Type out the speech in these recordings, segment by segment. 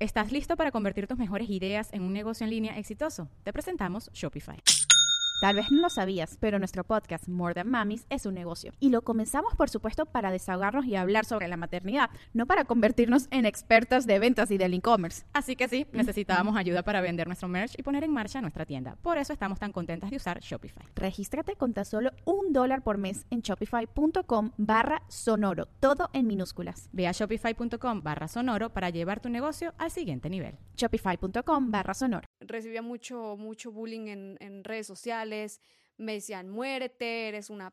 ¿Estás listo para convertir tus mejores ideas en un negocio en línea exitoso? Te presentamos Shopify. Tal vez no lo sabías, pero nuestro podcast More Than Mamis es un negocio. Y lo comenzamos, por supuesto, para desahogarnos y hablar sobre la maternidad, no para convertirnos en expertas de ventas y del e-commerce. Así que sí, necesitábamos ayuda para vender nuestro merch y poner en marcha nuestra tienda. Por eso estamos tan contentas de usar Shopify. Regístrate con tan solo $1 por mes en shopify.com/sonoro, todo en minúsculas. Ve a shopify.com/sonoro para llevar tu negocio al siguiente nivel. Shopify.com/sonoro. Recibía mucho bullying en redes sociales. Me decían, muérete, eres una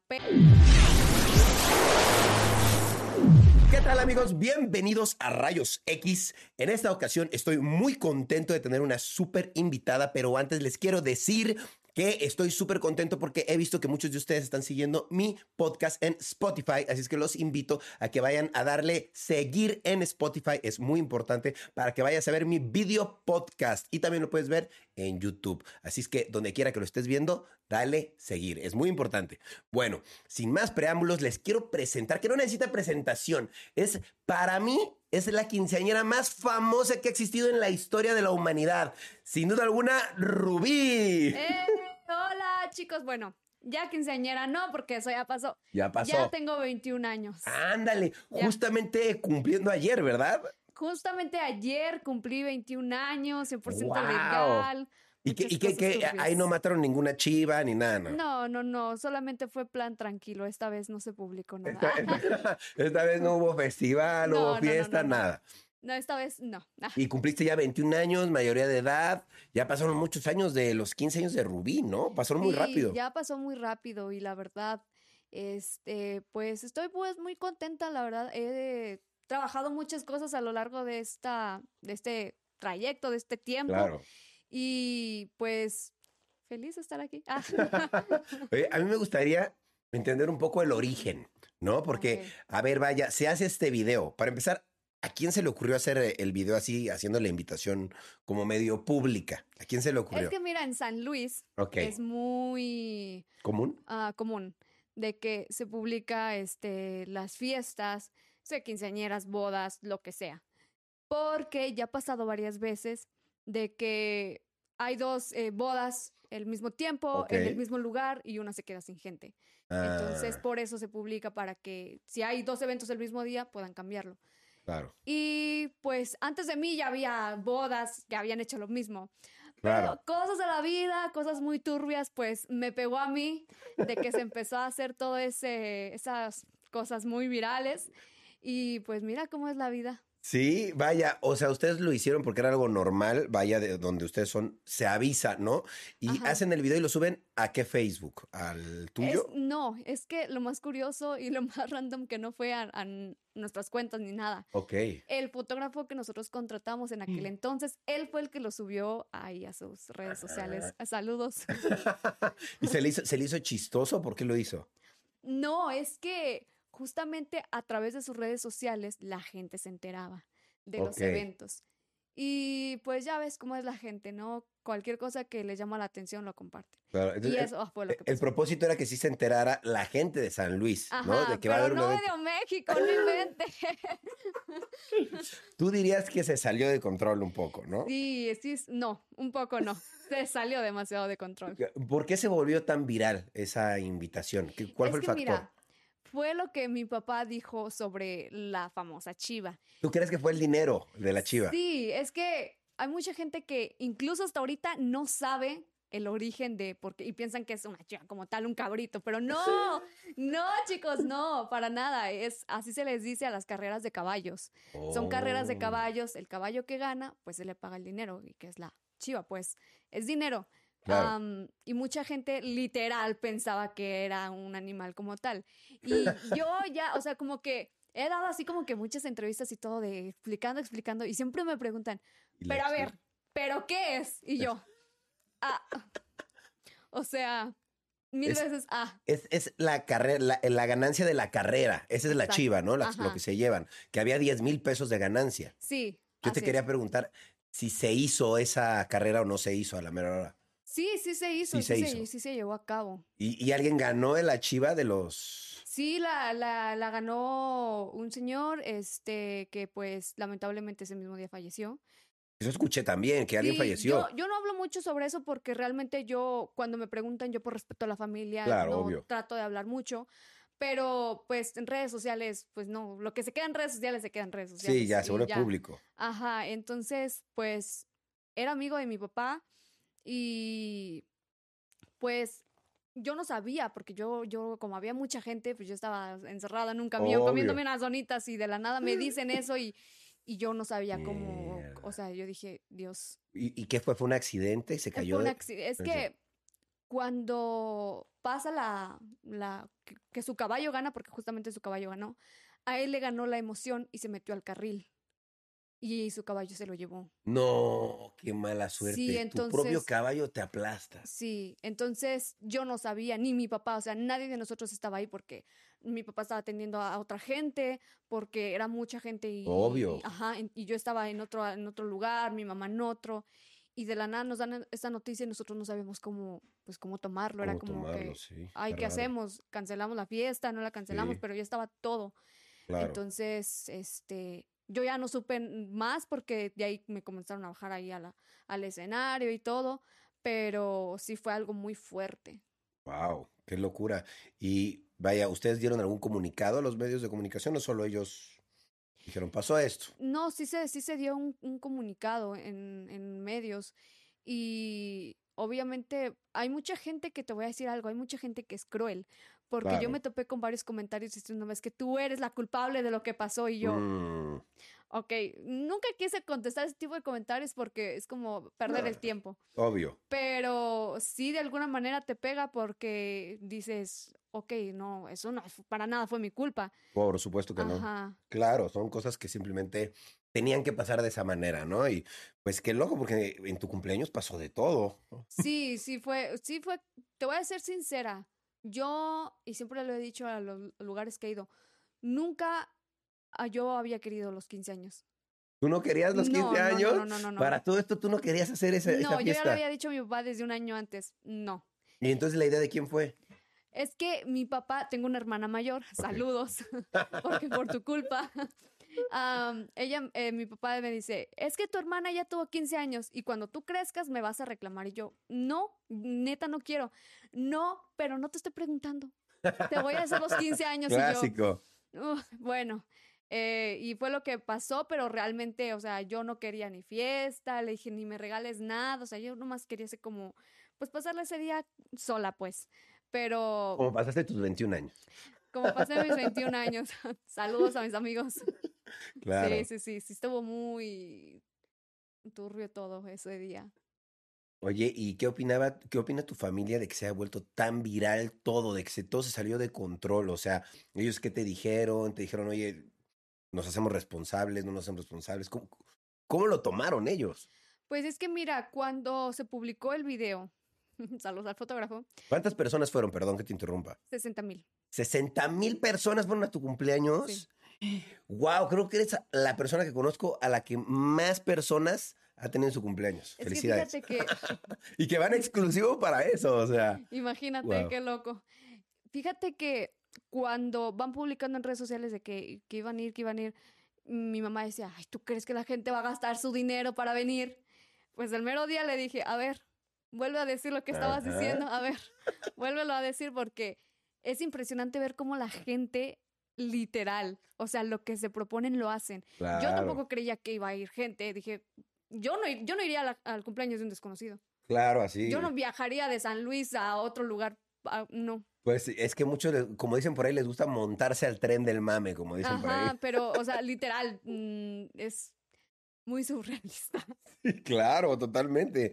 ¿Qué tal, amigos? Bienvenidos a Rayos X. En esta ocasión estoy muy contento de tener una súper invitada, pero antes les quiero decir que estoy súper contento porque he visto que muchos de ustedes están siguiendo mi podcast en Spotify, así es que los invito a que vayan a darle seguir en Spotify, es muy importante para que vayas a ver mi video podcast y también lo puedes ver en YouTube, así es que donde quiera que lo estés viendo, dale seguir, es muy importante. Bueno, sin más preámbulos, les quiero presentar, que no necesita presentación, para mí es la quinceañera más famosa que ha existido en la historia de la humanidad, sin duda alguna, Rubí. Hola, chicos. Bueno, ya quinceañera no, porque eso ya pasó. Ya pasó. Ya tengo 21 años. Ándale, Ya. Justamente cumpliendo ayer, ¿verdad? Justamente ayer cumplí 21 años, 100% ¡Guau! legal. ¿Y muchas qué, cosas turbias. ahí no mataron ninguna chiva ni nada, ¿no? No, solamente fue plan tranquilo. Esta vez no se publicó nada. Esta vez no hubo festival, no hubo fiesta, nada. No, esta vez no. Y cumpliste ya 21 años, mayoría de edad. Ya pasaron muchos años de los 15 años de Rubí, ¿no? Pasaron muy Sí, rápido. ya pasó muy rápido y la verdad, pues estoy pues muy contenta, la verdad. He trabajado muchas cosas a lo largo de este trayecto, de este tiempo. Claro. Y pues feliz de estar aquí. Oye, a mí me gustaría entender un poco el origen, ¿no? Porque, Ok. a ver, vaya, se hace este video. Para empezar, ¿a quién se le ocurrió hacer el video así, haciendo la invitación como medio pública? ¿A quién se le ocurrió? Es que mira, en San Luis Ok. es muy ¿Común? común de que se publica las fiestas, sea quinceañeras, bodas, lo que sea. Porque ya ha pasado varias veces de que hay dos bodas al mismo tiempo, Ok. en el mismo lugar y una se queda sin gente. Entonces, Ah, por eso se publica para que si hay dos eventos el mismo día, puedan cambiarlo. claro, Y pues antes de mí ya había bodas que habían hecho lo mismo. claro. Pero cosas de la vida, cosas muy turbias, pues me pegó a mí de que se empezó a hacer esas cosas muy virales. Y pues mira cómo es la vida. Sí, vaya, o sea, ustedes lo hicieron porque era algo normal, vaya, de donde ustedes son, se avisa, ¿no? Y Ajá. hacen el video y lo suben ¿a qué Facebook? ¿Al tuyo? Es que lo más curioso y lo más random que no fue a nuestras cuentas ni nada. Ok. El fotógrafo que nosotros contratamos en aquel entonces, él fue el que lo subió ahí a sus redes sociales. Saludos. ¿Y se le hizo chistoso? ¿Por qué lo hizo? No, es que justamente a través de sus redes sociales la gente se enteraba de los Ok. eventos. Y pues ya ves cómo es la gente, ¿no? Cualquier cosa que les llama la atención lo comparten. Claro, Y entonces, eso fue lo que el pasó. propósito era que sí se enterara la gente de San Luis, ¿no? Ajá, De que va a pero haber un no evento. de México, no invente. Tú dirías que se salió de control un poco, ¿no? Sí, no, un poco no. Se salió demasiado de control. ¿Por qué se volvió tan viral esa invitación? ¿Cuál Es fue el que factor? mira, fue lo que mi papá dijo sobre la famosa chiva. ¿Tú crees que fue el dinero de la chiva? Sí, es que hay mucha gente que incluso hasta ahorita no sabe el origen de por qué y piensan que es una chiva como tal, un cabrito, pero no, no, chicos, no, para nada. Así se les dice a las carreras de caballos. Son carreras de Oh. caballos, el caballo que gana, pues se le paga el dinero y que es la chiva, pues es dinero. Claro. Y mucha gente literal pensaba que era un animal como tal. Y yo ya, o sea, como que he dado así como que muchas entrevistas y todo de explicando, y siempre me preguntan, ¿Y la pero a chiva? ver, ¿pero qué es? Y yo, ah, o sea, mil Es, veces, es la carrera, la ganancia de la carrera. Esa es la exacto, chiva, ¿no? Lo ajá, que se llevan. Que había 10,000 pesos de ganancia. sí, Yo te así quería es. preguntar si se hizo esa carrera o no se hizo a la mera hora. Sí, sí se hizo, Sí se hizo. sí se llevó a cabo. ¿Y alguien ganó en la chiva de los...? Sí, la ganó un señor, que pues lamentablemente ese mismo día falleció. Eso escuché también, que alguien Sí, falleció. yo no hablo mucho sobre eso porque realmente yo, cuando me preguntan, yo por respeto a la familia, Claro, no obvio. trato de hablar mucho, pero pues en redes sociales, pues no, lo que se queda en redes sociales se queda en redes Sí, sociales ya, se y vuelve ya. público. Ajá, entonces, pues era amigo de mi papá y pues yo no sabía, porque yo como había mucha gente, pues yo estaba encerrada en un camión Obvio. comiéndome unas donitas y de la nada me dicen eso y yo no sabía cómo, o Mierda. sea, yo dije, Dios. ¿Y qué fue? ¿Fue un accidente? ¿Se Fue cayó un de...? accidente. Es que cuando pasa que su caballo gana, porque justamente su caballo ganó, a él le ganó la emoción y se metió al carril y su caballo se lo llevó. No, qué mala Sí, suerte. Tu propio entonces, caballo te aplasta. sí, entonces yo no sabía, ni mi papá, o sea, nadie de nosotros estaba ahí porque mi papá estaba atendiendo a otra gente, porque era mucha gente Obvio. ajá, y yo estaba en otro lugar, mi mamá en otro. Y de la nada nos dan esta noticia y nosotros no sabíamos cómo, pues cómo tomarlo. Era ¿Cómo como tomarlo? que, Sí, ay, está ¿qué raro. hacemos? ¿Cancelamos la fiesta? ¿No la cancelamos? Sí, Pero ya estaba todo. claro. Entonces, yo ya no supe más porque de ahí me comenzaron a bajar ahí al escenario y todo, pero sí fue algo muy fuerte. Wow, qué locura. Y vaya, ¿ustedes dieron algún comunicado a los medios de comunicación o solo ellos dijeron, pasó esto? No, sí se dio un comunicado en medios y obviamente hay mucha gente que te voy a decir algo, hay mucha gente que es cruel, porque yo me Claro. topé con varios comentarios diciéndome es que tú eres la culpable de lo que pasó y yo, Mm, ok, nunca quise contestar ese tipo de comentarios porque es como perder no, el tiempo. obvio, Pero sí de alguna manera te pega porque dices, ok, no, eso no, para nada fue mi culpa. por supuesto que no. Ajá. Claro, son cosas que simplemente tenían que pasar de esa manera, ¿no? Y pues qué loco, porque en tu cumpleaños pasó de todo, ¿no? Sí fue, te voy a ser sincera, yo, y siempre lo he dicho a los lugares que he ido, nunca yo había querido los 15 años. ¿Tú no querías los No, 15 no, no, años? no, no, no, no. Para todo esto tú no querías hacer esa No, yo ya lo fiesta. había dicho a mi papá desde un año antes, no. Y entonces la idea de quién fue. Es que mi papá, tengo una hermana mayor, Ok. saludos, porque por tu culpa. Mi papá me dice, es que tu hermana ya tuvo 15 años y cuando tú crezcas me vas a reclamar. Y yo, no, neta no quiero. No, pero no te estoy preguntando. Te voy a hacer los 15 años y yo, Clásico. bueno, y fue lo que pasó, pero realmente, o sea, yo no quería ni fiesta, le dije, ni me regales nada, o sea, yo nomás quería ser como, pues pasarle ese día sola, pues. Pero Como pasaste tus 21 años. como pasé mis 21 años, saludos a mis amigos. Sí, Claro. sí, sí, sí, estuvo muy turbio todo ese día. Oye, ¿y qué opina tu familia de que se haya vuelto tan viral todo, de que todo se salió de control? O sea, ellos qué te dijeron, oye, nos hacemos responsables, no nos hacemos responsables. ¿Cómo lo tomaron ellos? Pues es que mira, cuando se publicó el video, saludos al fotógrafo, ¿Cuántas personas fueron? Perdón que te interrumpa. 60,000, 60,000 personas fueron a tu sí. cumpleaños. Wow, creo que eres la persona que conozco a la que más personas ha tenido en su cumpleaños. Es que Felicidades. fíjate que, Y que van exclusivo para eso, o sea. imagínate Wow. qué loco. Fíjate que cuando van publicando en redes sociales de que que iban a ir, mi mamá decía, ay, ¿tú crees que la gente va a gastar su dinero para venir? Pues el mero día le dije, a ver, vuelve a decir lo que estabas Ajá. diciendo, a ver, vuélvelo a decir porque es impresionante ver cómo la gente literal, o sea, lo que se proponen lo hacen. Yo Claro, tampoco creía que iba a ir gente, dije, yo no iría al cumpleaños de un desconocido. claro, Yo así. no viajaría de San Luis a otro lugar, no. Pues es que muchos, como dicen por ahí, les gusta montarse al tren del mame, como dicen por ahí. Ajá, pero, o sea, literal, es muy surrealista. Claro, totalmente.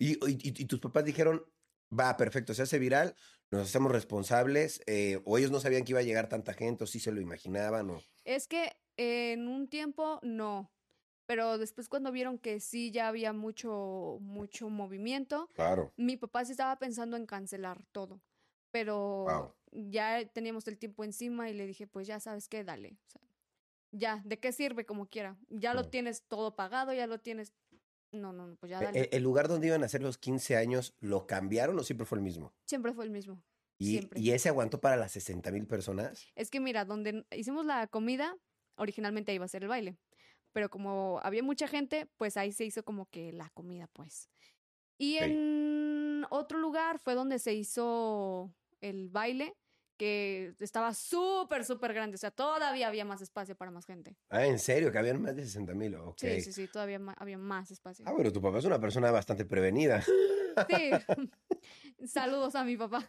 Y tus papás dijeron, va, perfecto, se hace viral, nos hacemos responsables, o ellos no sabían que iba a llegar tanta gente, o sí se lo imaginaban, o... Es que en un tiempo no, pero después cuando vieron que sí ya había mucho movimiento, Claro, mi papá sí estaba pensando en cancelar todo, pero wow. ya teníamos el tiempo encima y le dije, pues ya sabes qué, dale, o sea, ya, ¿de qué sirve como quiera? Ya lo tienes todo pagado, ya lo tienes, no, no, no, pues ya dale. ¿El lugar donde iban a hacer los 15 años, lo cambiaron o siempre fue el mismo? Siempre fue el mismo, ¿Y, siempre. y ese aguantó para las 60,000 personas? Es que mira, donde hicimos la comida, originalmente iba a ser el baile, pero como había mucha gente, pues ahí se hizo como que la comida, pues. Y Ok. en otro lugar fue donde se hizo el baile, que estaba súper, súper grande, o sea, todavía había más espacio para más gente. Ah, ¿en serio? Que habían más de 60,000. Ok. Sí, sí, sí, todavía había más espacio. Ah, bueno, tu papá es una persona bastante prevenida. Sí, saludos a mi papá.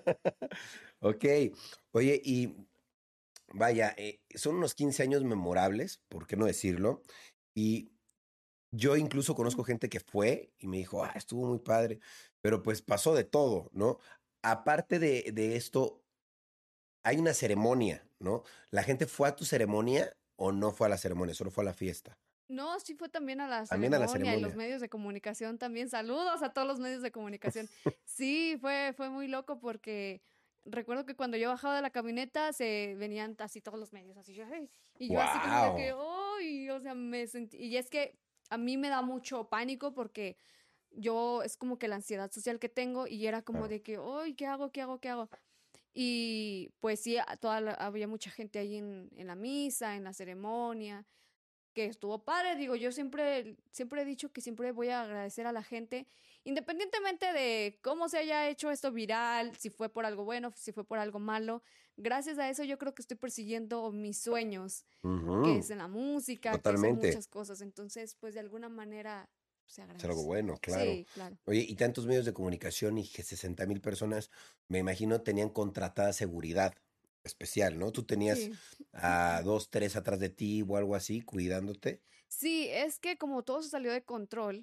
Ok. Oye, y vaya, son unos 15 años memorables, ¿por qué no decirlo? Y yo incluso conozco gente que fue y me dijo, estuvo muy padre, pero pues pasó de todo, ¿no? Aparte de esto, hay una ceremonia, ¿no? ¿La gente fue a tu ceremonia o no fue a la ceremonia, solo fue a la fiesta? No, sí fue también a la También a la ceremonia y los ceremonia. medios de comunicación también. Saludos a todos los medios de comunicación. Sí, fue muy loco porque recuerdo que cuando yo bajaba de la camioneta se venían así todos los medios, así yo, "Ay", y yo así como de que, ¡Wow! ¡ay! O sea, me sentí, y es que a mí me da mucho pánico porque yo es como que la ansiedad social que tengo y era como Claro. de que, ¡ay! ¿Qué hago? ¿Qué hago? ¿Qué hago? Y pues sí, había mucha gente ahí en la misa, en la ceremonia que estuvo padre. Digo, yo siempre he dicho que siempre voy a agradecer a la gente, independientemente de cómo se haya hecho esto viral, si fue por algo bueno, si fue por algo malo. Gracias a eso yo creo que estoy persiguiendo mis sueños, que Ujú. es en la música, que son Totalmente. muchas cosas. Entonces, pues de alguna manera se Es algo agradece. bueno, claro. Sí, claro. Oye, y tantos medios de comunicación y que 60,000 personas, me imagino, tenían contratada seguridad especial, ¿no? Tú tenías Sí. a dos, tres atrás de ti o algo así, cuidándote. Sí, es que como todo se salió de control,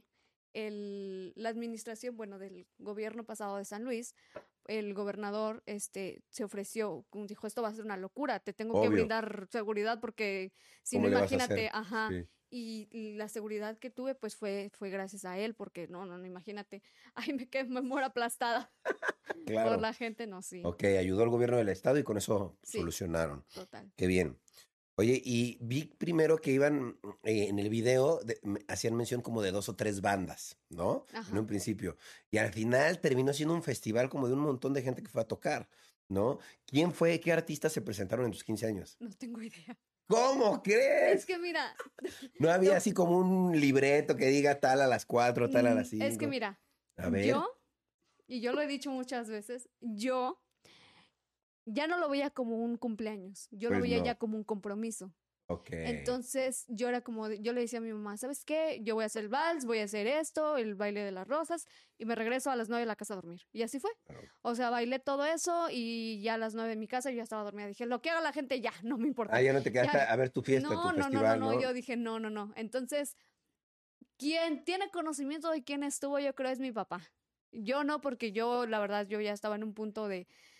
la administración, bueno, del gobierno pasado de San Luis, el gobernador, se ofreció, como dijo, esto va a ser una locura, te tengo que Obvio. brindar seguridad porque si no, ¿Cómo le vas a hacer? imagínate, ajá, Sí, y la seguridad que tuve, pues fue gracias a él, porque no, imagínate, ay, me muero aplastada por claro. la gente, no, sí, Ok, ayudó al gobierno del estado y con eso sí, solucionaron. total. Qué bien. Oye, y vi primero que iban en el video, hacían mención como de dos o tres bandas, ¿no? En un Ajá, principio. Y al final terminó siendo un festival como de un montón de gente que fue a tocar, ¿no? ¿Quién fue, qué artistas se presentaron en tus 15 años? no tengo idea. ¿Cómo Es crees? que mira, No había así como un libreto que diga tal a las 4, tal a las Es que 5. mira, A ver, yo, y yo lo he dicho muchas veces, yo ya no lo veía como un cumpleaños, yo lo pues veía ya no. como un compromiso. Ok. Entonces yo era como, yo le decía a mi mamá, ¿sabes qué? Yo voy a hacer el vals, voy a hacer esto, el baile de las rosas, y me regreso a las 9 de la casa a dormir. Y así fue. Claro. O sea, bailé todo eso y ya a las 9 de mi casa yo ya estaba dormida. Dije, lo que haga la gente ya, no me Ah, importa. ya no te quedaste Ya, a ver tu fiesta, tu festival, no. ¿no? Yo dije, no. Entonces, quien tiene conocimiento de quién estuvo, yo creo es mi papá. Yo no, porque yo, la verdad, yo ya estaba en un punto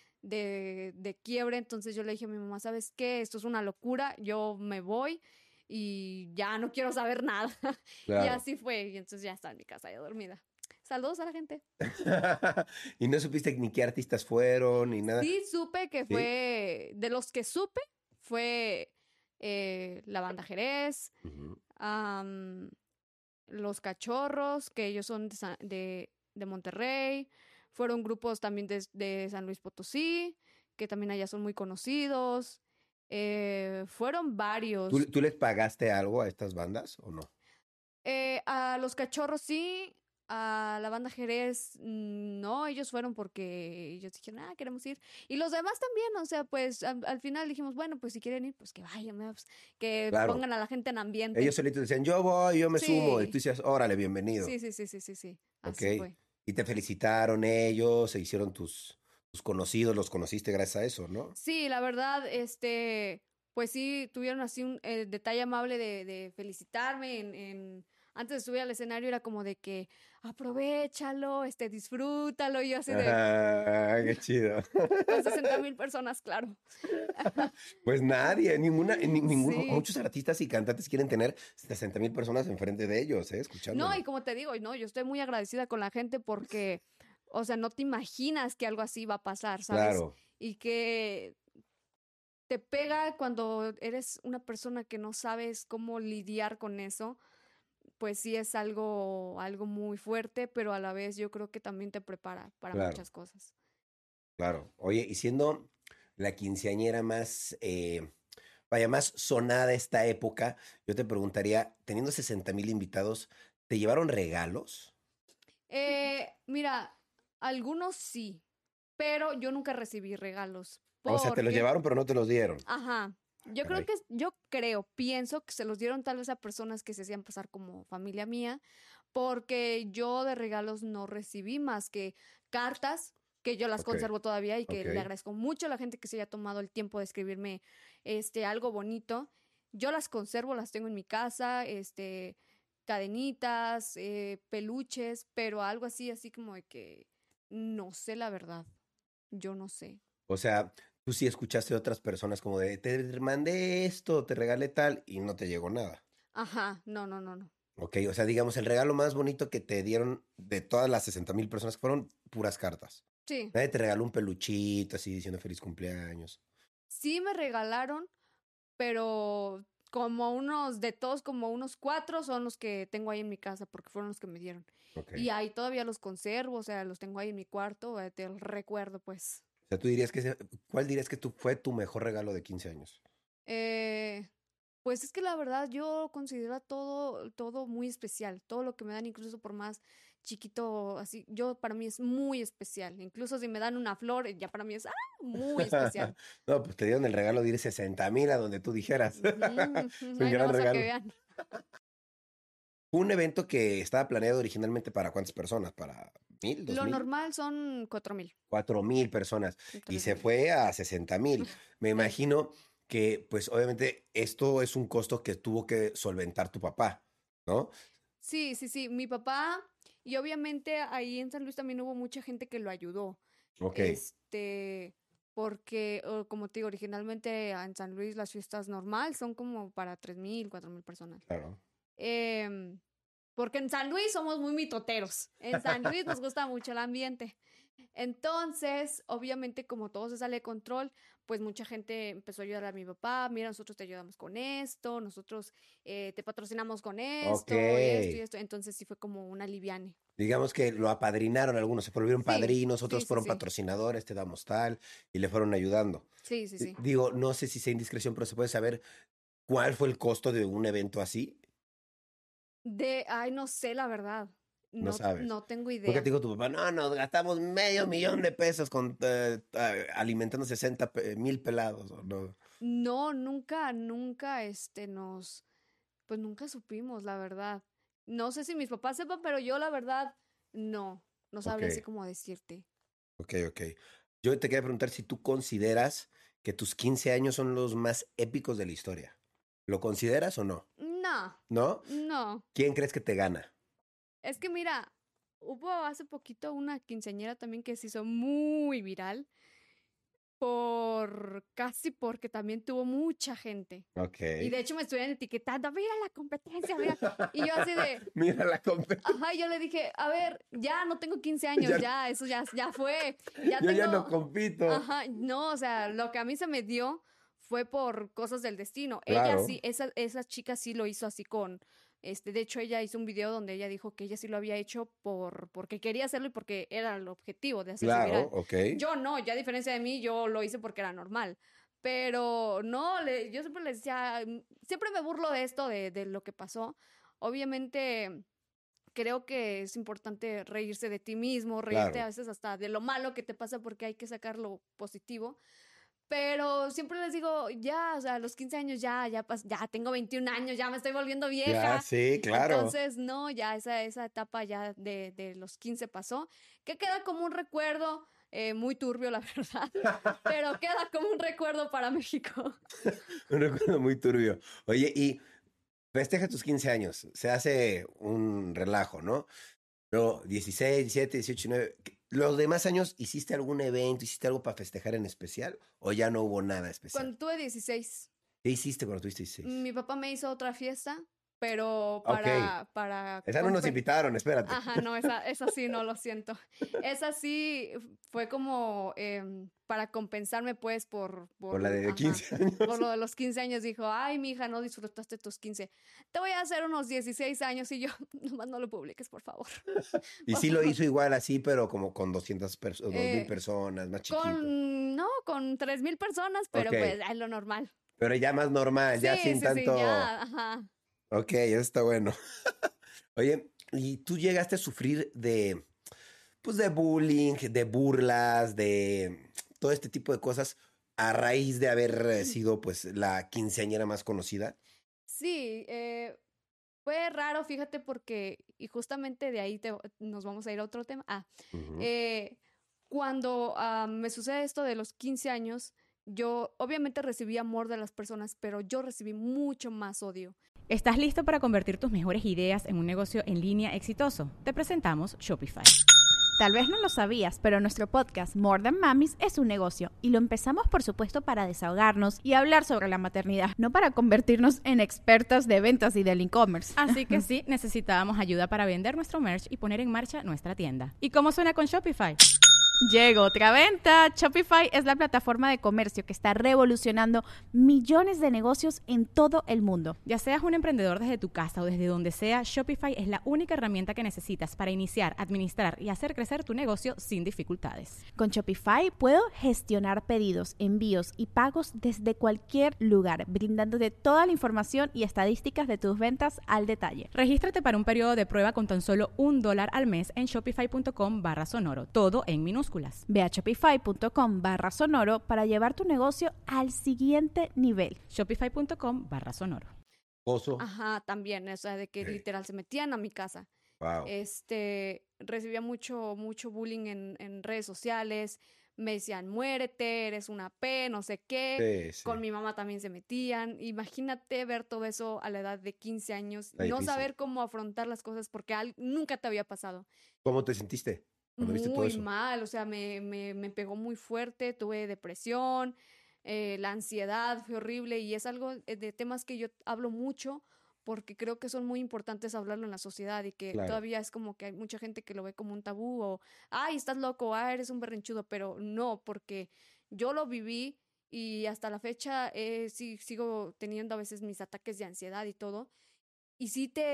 de quiebre, entonces yo le dije a mi mamá, ¿sabes qué? Esto es una locura, yo me voy y ya no quiero saber nada. Y Claro. así fue, y entonces ya estaba en mi casa ya dormida. Saludos a la gente. Y no supiste ni qué artistas fueron ni nada. Sí supe que ¿Sí? fue, de los que supe, fue la banda Jerez, Ujú. am, Los Cachorros, que ellos son de Monterrey, fueron grupos también de San Luis Potosí, que también allá son muy conocidos. Fueron ¿Tú, varios. tú les pagaste algo a estas bandas o no? A Los Cachorros sí, a la banda Jerez no, ellos fueron porque ellos dijeron, queremos ir. Y los demás también, o sea, pues al final dijimos, bueno, pues si quieren ir, pues que vayan, ¿no? Pues, que Claro. pongan a la gente en Ellos ambiente. solitos decían, yo voy, yo me sumo. Y tú Sí, decías, órale, bienvenido. sí, Ok. así fue. Y te felicitaron ellos, se hicieron tus conocidos, los conociste gracias a eso, ¿no? Sí, la verdad, pues sí, tuvieron así un detalle amable de felicitarme antes de subir al escenario era como de que aprovéchalo, disfrútalo, y yo así de, Ah, qué chido. con 60,000 personas, claro. Pues nadie, Sí. muchos artistas y cantantes quieren tener 60,000 personas enfrente de ellos, No, y escuchándolo. como te digo, no, yo estoy muy agradecida con la gente porque, o sea, no te imaginas que algo así va a pasar, ¿sabes? Claro, Y que te pega cuando eres una persona que no sabes cómo lidiar con eso, pues sí es algo muy fuerte, pero a la vez yo creo que también te prepara para claro. muchas cosas. Claro. Oye, y siendo la quinceañera más, vaya, más sonada esta época, yo te preguntaría, teniendo 60,000 invitados, ¿te llevaron regalos? Mira, algunos sí, pero yo nunca recibí regalos O sea, te los porque, llevaron, pero no te los dieron. ajá, Caray. pienso que se los dieron tal vez a personas que se hacían pasar como familia mía, porque yo de regalos no recibí más que cartas que yo las Ok, conservo todavía y que le ok. agradezco mucho a la gente que se haya tomado el tiempo de escribirme algo bonito. Yo las conservo, las tengo en mi casa, cadenitas, peluches, pero algo así, así como de que no sé la verdad. Yo no sé. O sea, tú sí escuchaste de otras personas como de, te mandé esto, te regalé tal, y no te llegó nada. Ajá, no, no, no, no. Ok, o sea, digamos, el regalo más bonito que te dieron de todas las 60,000 personas que fueron puras cartas. Sí, Nadie te regaló un peluchito así diciendo feliz cumpleaños. sí me regalaron, pero de todos, como unos 4 son los que tengo ahí en mi casa, porque fueron los que me dieron. Ok. Y ahí todavía los conservo, o sea, los tengo ahí en mi cuarto, del recuerdo, pues. O sea, tú dirías que ¿cuál dirías que fue tu mejor regalo de 15 años? Eh, pues es que la verdad yo considero todo muy especial. Todo lo que me dan, incluso por más chiquito, así, para mí es muy especial. Incluso si me dan una flor, ya para mí es muy especial. No, pues te dieron el regalo de ir 60,000 a donde tú dijeras. Ujú, Es ujú. un Ay, gran no, para que regalo. vean. Fue un evento que estaba planeado originalmente para ¿cuántas personas? ¿Para 1,000, Lo 2,000? normal son 4,000, 4,000 personas y se 3,000. fue a 60,000. Me Sí. imagino que, pues obviamente, esto es un costo que tuvo que solventar tu papá, ¿no? Sí, sí, sí. Mi papá, y obviamente ahí en San Luis también hubo mucha gente que lo ayudó. Ok, Este, porque, como te digo, originalmente en San Luis las fiestas normal son como para 3,000, 4,000 personas. claro. Em, Porque en San Luis somos muy mitoteros. En San Luis nos gusta mucho el ambiente. Entonces, obviamente, como todo se sale de control, pues mucha gente empezó a ayudar a mi papá. Mira, nosotros te ayudamos con esto, nosotros te patrocinamos con Ok. esto y esto y esto. Entonces, sí fue como un aliviane. Digamos que lo apadrinaron algunos, se volvieron Sí, padrinos, sí, otros sí, fueron sí. patrocinadores, te damos tal, y le fueron ayudando. Sí, sí, sí. Digo, no sé si sea indiscreción, pero se puede saber cuál fue el costo de un evento así. Ay, no sé, la verdad. No No, sabes. no tengo Porque te idea. dijo tu papá, no, nos gastamos $500,000 con alimentando 60,000 pelados. ¿O no? No, nunca, nunca, pues nunca supimos, la verdad. No sé si mis papás sepan, pero yo la verdad, no Ok, sabría así como decirte. ok. Yo te quería preguntar si tú consideras que tus 15 años son los más épicos de la historia. ¿Lo consideras o no? No, ¿No? no. ¿Quién crees que te gana? Es que mira, hubo hace poquito una quinceañera también que se hizo muy viral casi porque también tuvo mucha gente. Ok. Y de hecho me estuvieron etiquetando, mira la competencia, mira. Y yo así de, Mira la competencia. ajá, y yo le dije, a ver, ya no tengo 15 años, ya, eso ya fue, ya Yo ya no tengo, compito. ajá, no, o sea, lo que a mí se me dio fue por cosas del destino. Ella Claro, sí, esa chica sí lo hizo así de hecho ella hizo un video donde ella dijo que ella sí lo había hecho porque quería hacerlo y porque era el objetivo de hacerse claro, viral. ok. Yo no, ya a diferencia de mí, yo lo hice porque era normal. Pero no, yo siempre les decía, siempre me burlo de esto, de lo que pasó. Obviamente creo que es importante reírse de ti mismo, reírte a Claro. veces hasta de lo malo que te pasa porque hay que sacar lo positivo. Pero siempre les digo, ya, o sea, a los 15 años ya tengo 21 años, ya me estoy volviendo Ya, vieja. sí, claro. Entonces, no, ya esa etapa ya de los 15 pasó, que queda como un recuerdo muy turbio, la verdad, pero queda como un recuerdo para México. Un recuerdo muy turbio. Oye, y festeja tus 15 años. Se hace un relajo, ¿no? Pero 16, 17, 18, 19. ¿Los demás años hiciste algún evento, hiciste algo para festejar en especial? ¿O ya no hubo nada especial? Cuando tuve 16, ¿Qué hiciste cuando tuviste 16? mi papá me hizo otra fiesta, pero Ok. para Esa no nos invitaron, espérate. Ajá, no, esa sí, no lo siento. Esa sí fue como para compensarme, pues, Por la de ajá, 15 años. por lo de los 15 años. Dijo, ay, mi hija, no disfrutaste tus 15. Te voy a hacer unos 16 años y yo, nomás no lo publiques, por favor. Y Por sí lo favor. hizo igual así, pero como con 2,000 Eh, personas, más chiquito. no, con 3,000 personas, pero Ok. pues es lo normal. Pero ya más normal, ya sin Sí, tanto... ya, ajá. Ok, eso está bueno. Oye, ¿y tú llegaste a sufrir de, pues, de bullying, de burlas, de todo este tipo de cosas a raíz de haber sido, pues, la quinceañera más conocida? Sí, fue raro, fíjate, porque, y justamente de ahí nos vamos a ir a otro tema. Ujú. Eh, cuando me sucede esto de los 15 años, yo obviamente recibí amor de las personas, pero yo recibí mucho más odio. ¿Estás listo para convertir tus mejores ideas en un negocio en línea exitoso? Te presentamos Shopify. Tal vez no lo sabías, pero nuestro podcast More Than Mamis es un negocio y lo empezamos por supuesto para desahogarnos y hablar sobre la maternidad, no para convertirnos en expertas de ventas y del e-commerce. Así que sí, necesitábamos ayuda para vender nuestro merch y poner en marcha nuestra tienda. ¿Y cómo suena con Shopify? Llegó otra venta. Shopify es la plataforma de comercio que está revolucionando millones de negocios en todo el mundo. Ya seas un emprendedor desde tu casa o desde donde sea, Shopify es la única herramienta que necesitas para iniciar, administrar y hacer crecer tu negocio sin dificultades. Con Shopify puedo gestionar pedidos, envíos y pagos desde cualquier lugar, brindándote toda la información y estadísticas de tus ventas al detalle. Regístrate para un periodo de prueba con tan solo $1 al mes en shopify.com/sonoro, todo en minúsculas. Ve a shopify.com/sonoro para llevar tu negocio al siguiente nivel. Shopify.com/sonoro. Oso. Ajá, también, o sea, de que Ok. literal se metían a mi casa. Wow. Recibía mucho bullying en redes sociales, me decían, muérete, eres una P, no sé qué, Sí, sí. con mi mamá también se metían. Imagínate ver todo eso a la edad de 15 años, Está no difícil. saber cómo afrontar las cosas porque nunca te había pasado. ¿Cómo te sentiste cuando viste todo Muy eso? mal, o sea, me pegó muy fuerte, tuve depresión, la ansiedad fue horrible y es algo de temas que yo hablo mucho porque creo que son muy importantes hablarlo en la sociedad y que Claro. todavía es como que hay mucha gente que lo ve como un tabú o, ay, estás loco, eres un berrinchudo, pero no, porque yo lo viví y hasta la fecha sí, sigo teniendo a veces mis ataques de ansiedad y todo y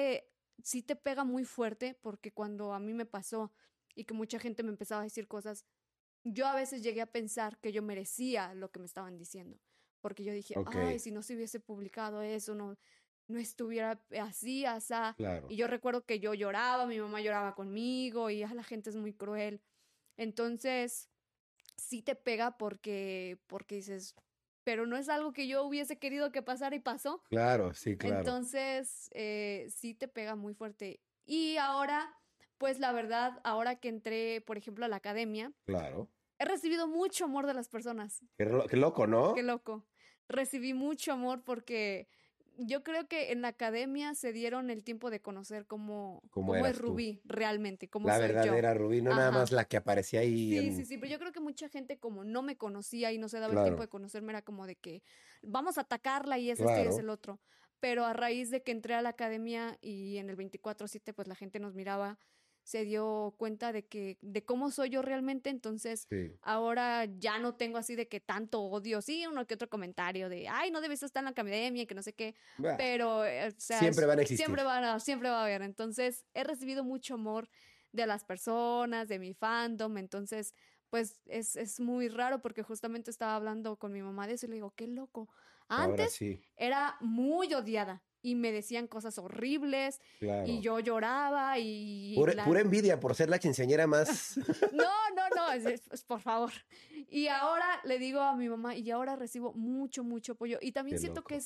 sí te pega muy fuerte porque cuando a mí me pasó y que mucha gente me empezaba a decir cosas, yo a veces llegué a pensar que yo merecía lo que me estaban diciendo, porque yo dije, Ok. ay, si no se hubiese publicado eso, no estuviera así, asá. Claro. Y yo recuerdo que yo lloraba, mi mamá lloraba conmigo y la gente es muy cruel. Entonces, sí te pega porque dices, pero no es algo que yo hubiese querido que pasara y pasó. Claro, sí, claro. Entonces, sí te pega muy fuerte. Y ahora, pues la verdad, ahora que entré, por ejemplo, a la academia, Claro. he recibido mucho amor de las personas. Qué loco, Qué ¿no? loco. Recibí mucho amor porque yo creo que en la academia se dieron el tiempo de conocer ¿Cómo cómo es eras tú? Rubí realmente, cómo La soy yo. verdadera Rubí, no nada más Ajá. la que aparecía ahí Sí, sí, en... sí, pero yo creo que mucha gente como no me conocía y no se daba el tiempo Claro, de conocerme, era como de que vamos a atacarla y es esto y es claro. el otro. Pero a raíz de que entré a la academia y en el 24/7 pues la gente nos miraba, se dio cuenta de cómo soy yo realmente, entonces Sí. ahora ya no tengo así de que tanto odio, sí, uno que otro comentario de, ay, no debes estar en la academia, que no sé qué, Bah, pero, o sea, siempre van a existir. siempre va a haber. Entonces, he recibido mucho amor de las personas, de mi fandom, entonces, pues es muy raro porque justamente estaba hablando con mi mamá de eso y le digo, qué loco. Ahora Antes sí, era muy odiada y me decían cosas horribles y claro. yo lloraba y Pura envidia por ser la quinceañera más... no, no, por favor. Y ahora le digo a mi mamá y ahora recibo mucho apoyo y también Qué siento que loco.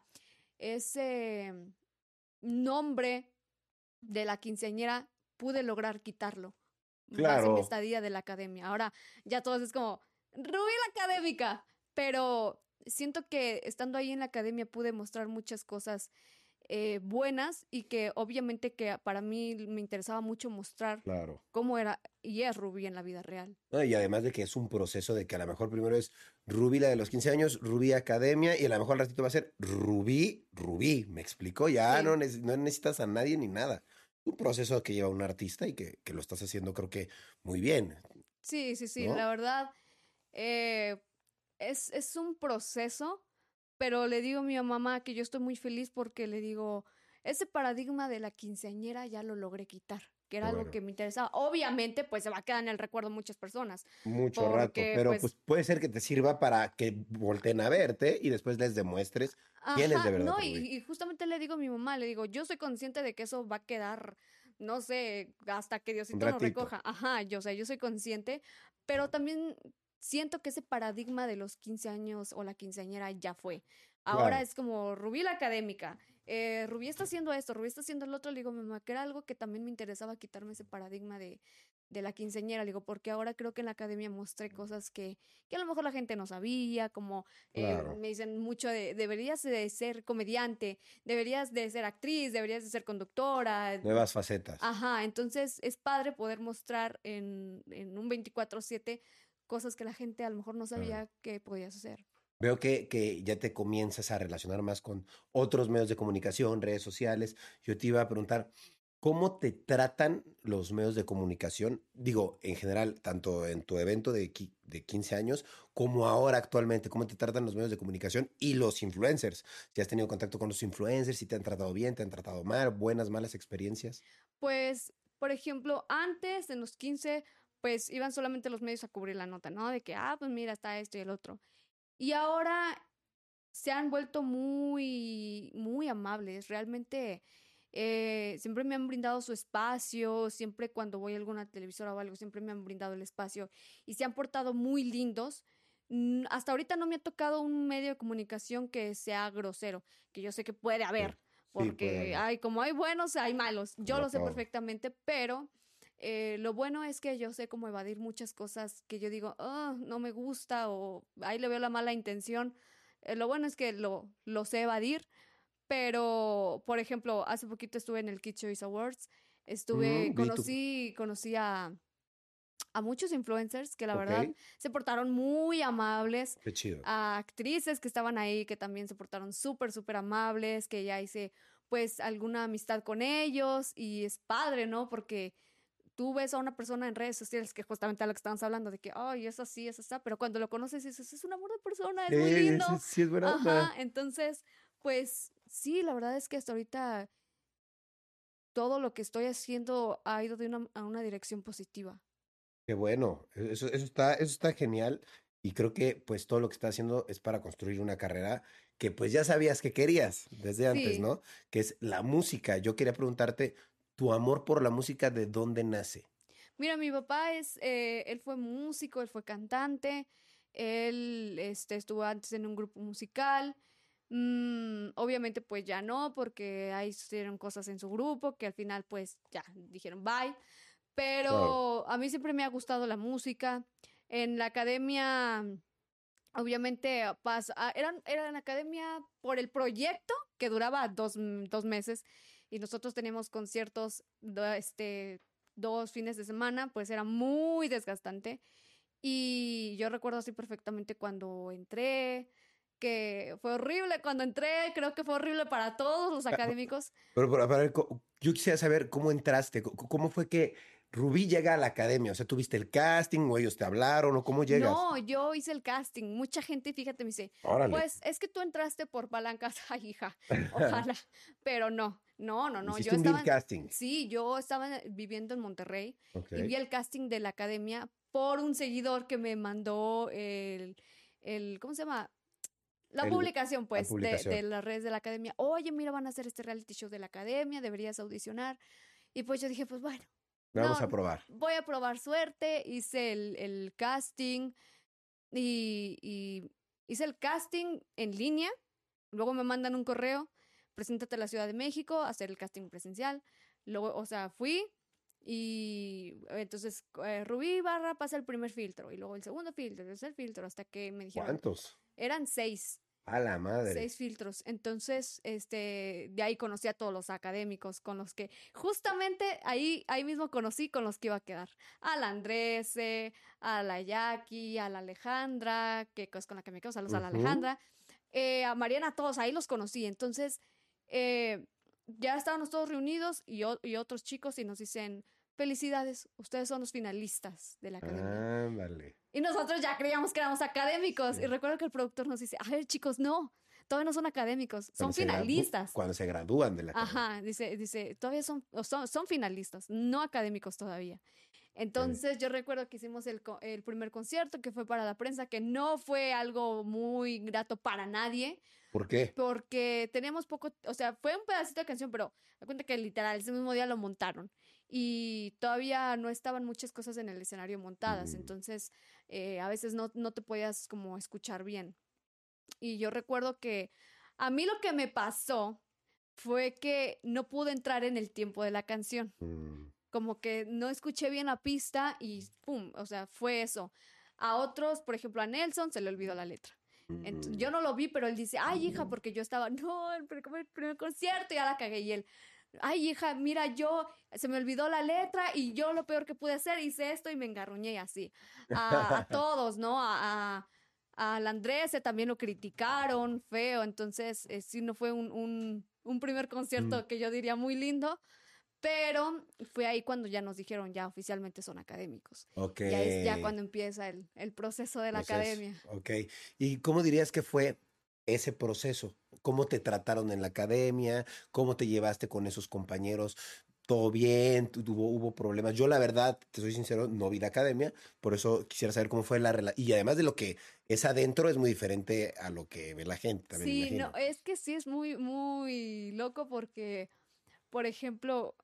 ese nombre de la quinceañera pude lograr quitarlo base a mi Claro, estadía de la academia. Ahora ya todos es como, Rubí la académica, pero siento que estando ahí en la academia pude mostrar muchas cosas buenas y que obviamente que para mí me interesaba mucho mostrar claro. cómo era y es Rubí en la vida real. No, y además de que es un proceso de que a lo mejor primero es Rubí la de los 15 años, Rubí Academia, y a lo mejor al ratito va a ser Rubí, ¿me explicó? Ya Sí, no necesitas a nadie ni nada. Es un proceso que lleva un artista y que lo estás haciendo creo que muy bien, sí, sí, sí, la ¿no? verdad eh, es un proceso, pero le digo a mi mamá que yo estoy muy feliz porque le digo, ese paradigma de la quinceañera ya lo logré quitar, que era Qué algo bueno. que me interesaba. Obviamente, pues se va a quedar en el recuerdo de muchas personas, Mucho rato, porque pero pues, pues puede ser que te sirva para que volteen a verte y después les demuestres quién es de ajá, verdad no, Rubí. y justamente le digo a mi mamá, le digo, yo soy consciente de que eso va a quedar, no sé, hasta que Un Diosito nos ratito. recoja. Ajá, yo, o sea, yo soy consciente, pero también siento que ese paradigma de los 15 años o la quinceañera ya fue. Ahora Claro. es como Rubí la académica. Rubí está haciendo esto, Rubí está haciendo el otro. Le digo, mamá, que era algo que también me interesaba quitarme ese paradigma de la quinceañera. Le digo, porque ahora creo que en la academia mostré cosas que a lo mejor la gente no sabía, como Claro. me dicen mucho de, deberías de ser comediante, deberías de ser actriz, deberías de ser conductora. Nuevas facetas. Ajá, entonces es padre poder mostrar en un 24/7 cosas que la gente a lo mejor no Claro. sabía que podías hacer. Veo que ya te comienzas a relacionar más con otros medios de comunicación, redes sociales. Yo te iba a preguntar, ¿cómo te tratan los medios de comunicación? Digo, en general, tanto en tu evento de 15 años como ahora actualmente, ¿cómo te tratan los medios de comunicación y los influencers? Si has tenido contacto con los influencers, si te han tratado bien, te han tratado mal, buenas, malas experiencias. Pues, por ejemplo, antes en los 15 pues iban solamente los medios a cubrir la nota, ¿no? De que, pues mira, está esto y el otro. Y ahora se han vuelto muy, muy amables. Realmente siempre me han brindado su espacio, siempre cuando voy a alguna televisora o algo, siempre me han brindado el espacio y se han portado muy lindos. Hasta ahorita no me ha tocado un medio de comunicación que sea grosero, que yo sé que puede Sí, haber, sí, puede porque haber, hay, como hay buenos, hay malos. Yo como lo sé todo. perfectamente, pero lo bueno es que yo sé cómo evadir muchas cosas que yo digo, no me gusta o ahí le veo la mala intención. Lo bueno es que lo sé evadir, pero, por ejemplo, hace poquito estuve en el Kids Choice Awards, Vi tu, conocí a muchos influencers que la ok, verdad se portaron muy amables, qué chido. a actrices que estaban ahí que también se portaron súper, súper amables, que ya hice pues alguna amistad con ellos y es padre, ¿no? Porque tú ves a una persona en redes sociales que justamente a lo que estábamos hablando, de que, ay, es así, es así, pero cuando lo conoces dices, es un amor de persona, es muy lindo. Sí, sí es buena Ajá, onda. entonces, pues sí, la verdad es que hasta ahorita todo lo que estoy haciendo ha ido a una dirección positiva. Qué bueno, eso está genial y creo que pues todo lo que estás haciendo es para construir una carrera que pues ya sabías que querías desde antes, Sí, ¿no? Que es la música. Yo quería preguntarte, ¿tu amor por la música de dónde nace? mira, mi papá él fue músico, él fue cantante, él estuvo antes en un grupo musical. Obviamente pues ya no, porque ahí sucedieron cosas en su grupo que al final pues ya dijeron bye. Claro. Pero a mí siempre me ha gustado la música. En la academia, obviamente, era en la academia por el proyecto que duraba 2 meses y nosotros teníamos conciertos 2 fines de semana, pues era muy desgastante. Y yo recuerdo así perfectamente cuando entré, que fue horrible cuando entré, creo que fue horrible para todos los Ah, académicos. pero, a ver, yo quisiera saber cómo entraste, cómo fue que Rubí llega a la academia, o sea, ¿tuviste el casting o ellos te hablaron o cómo llegas? No, yo hice el casting. Mucha gente, fíjate, me dice, Órale. pues es que tú entraste por palancas, ay, hija, ojalá, pero no, no, no, no. Hiciste un bill casting, Sí, yo estaba viviendo en Monterrey ok. y vi el casting de la academia por un seguidor que me mandó ¿cómo se llama? La publicación, La pues, de publicación. las redes de la academia. Oye, mira, van a hacer este reality show de la academia, deberías audicionar. Y pues yo dije, pues bueno, Vamos a no, probar. voy a probar suerte. Hice el casting y hice el casting en línea. Luego me mandan un correo, preséntate a la Ciudad de México, a hacer el casting presencial. Luego, o sea, fui y entonces Rubí Barra pasa el primer filtro y luego el segundo filtro, el tercer filtro, hasta que me dijeron, ¿Cuántos? eran 6. A la madre. 6 filtros. Entonces, de ahí conocí a todos los académicos con los que justamente ahí mismo conocí con los que iba a quedar. A la Andrese, a la Jackie, a la Alejandra, que es con la que me quedo, saludos a la Ujú. Alejandra, a Mariana, a todos, ahí los conocí. Entonces, ya estábamos todos reunidos y otros chicos y nos dicen, felicidades, ustedes son los finalistas de la academia. Ándale. Y nosotros ya creíamos que éramos académicos. Y Sí. recuerdo que el productor nos dice, a ver chicos, no, todavía no son académicos, son Cuando se finalistas. cuando se gradúan de la carrera. Ajá, dice, todavía son finalistas, no académicos todavía. Entonces yo recuerdo que hicimos el primer concierto que fue para la prensa, que no fue algo muy grato para nadie, ¿Por qué? porque teníamos poco, o sea, fue un pedacito de canción, pero me cuenta que literal ese mismo día lo montaron y todavía no estaban muchas cosas en el escenario montadas, entonces a veces no te podías como escuchar bien. Y yo recuerdo que a mí lo que me pasó fue que no pude entrar en el tiempo de la canción. Como que no escuché bien la pista y pum, o sea, fue eso. A otros, por ejemplo, a Nelson se le olvidó la letra. Yo no lo vi, pero él dice, ay, hija, porque yo estaba, no, el primer concierto, ya la cagué. Y él, ay, hija, mira, se me olvidó la letra y yo lo peor que pude hacer, hice esto y me engarruñé y así. A todos, ¿no? Al Andrés también lo criticaron feo, entonces sí, no fue un primer concierto que yo diría muy lindo. Pero fue ahí cuando ya nos dijeron, ya oficialmente son académicos. Ok. Ya es ya cuando empieza el proceso de la academia. Ok. ¿Y cómo dirías que fue ese proceso? ¿Cómo te trataron en la academia? ¿Cómo te llevaste con esos compañeros? ¿Todo bien? ¿Hubo problemas? Yo, la verdad, te soy sincero, no vi la academia, por eso quisiera saber cómo fue la relación. Y además de lo que es adentro, es muy diferente a lo que ve la gente, también me Sí, imagino. no, es que sí es muy, muy loco porque, por ejemplo,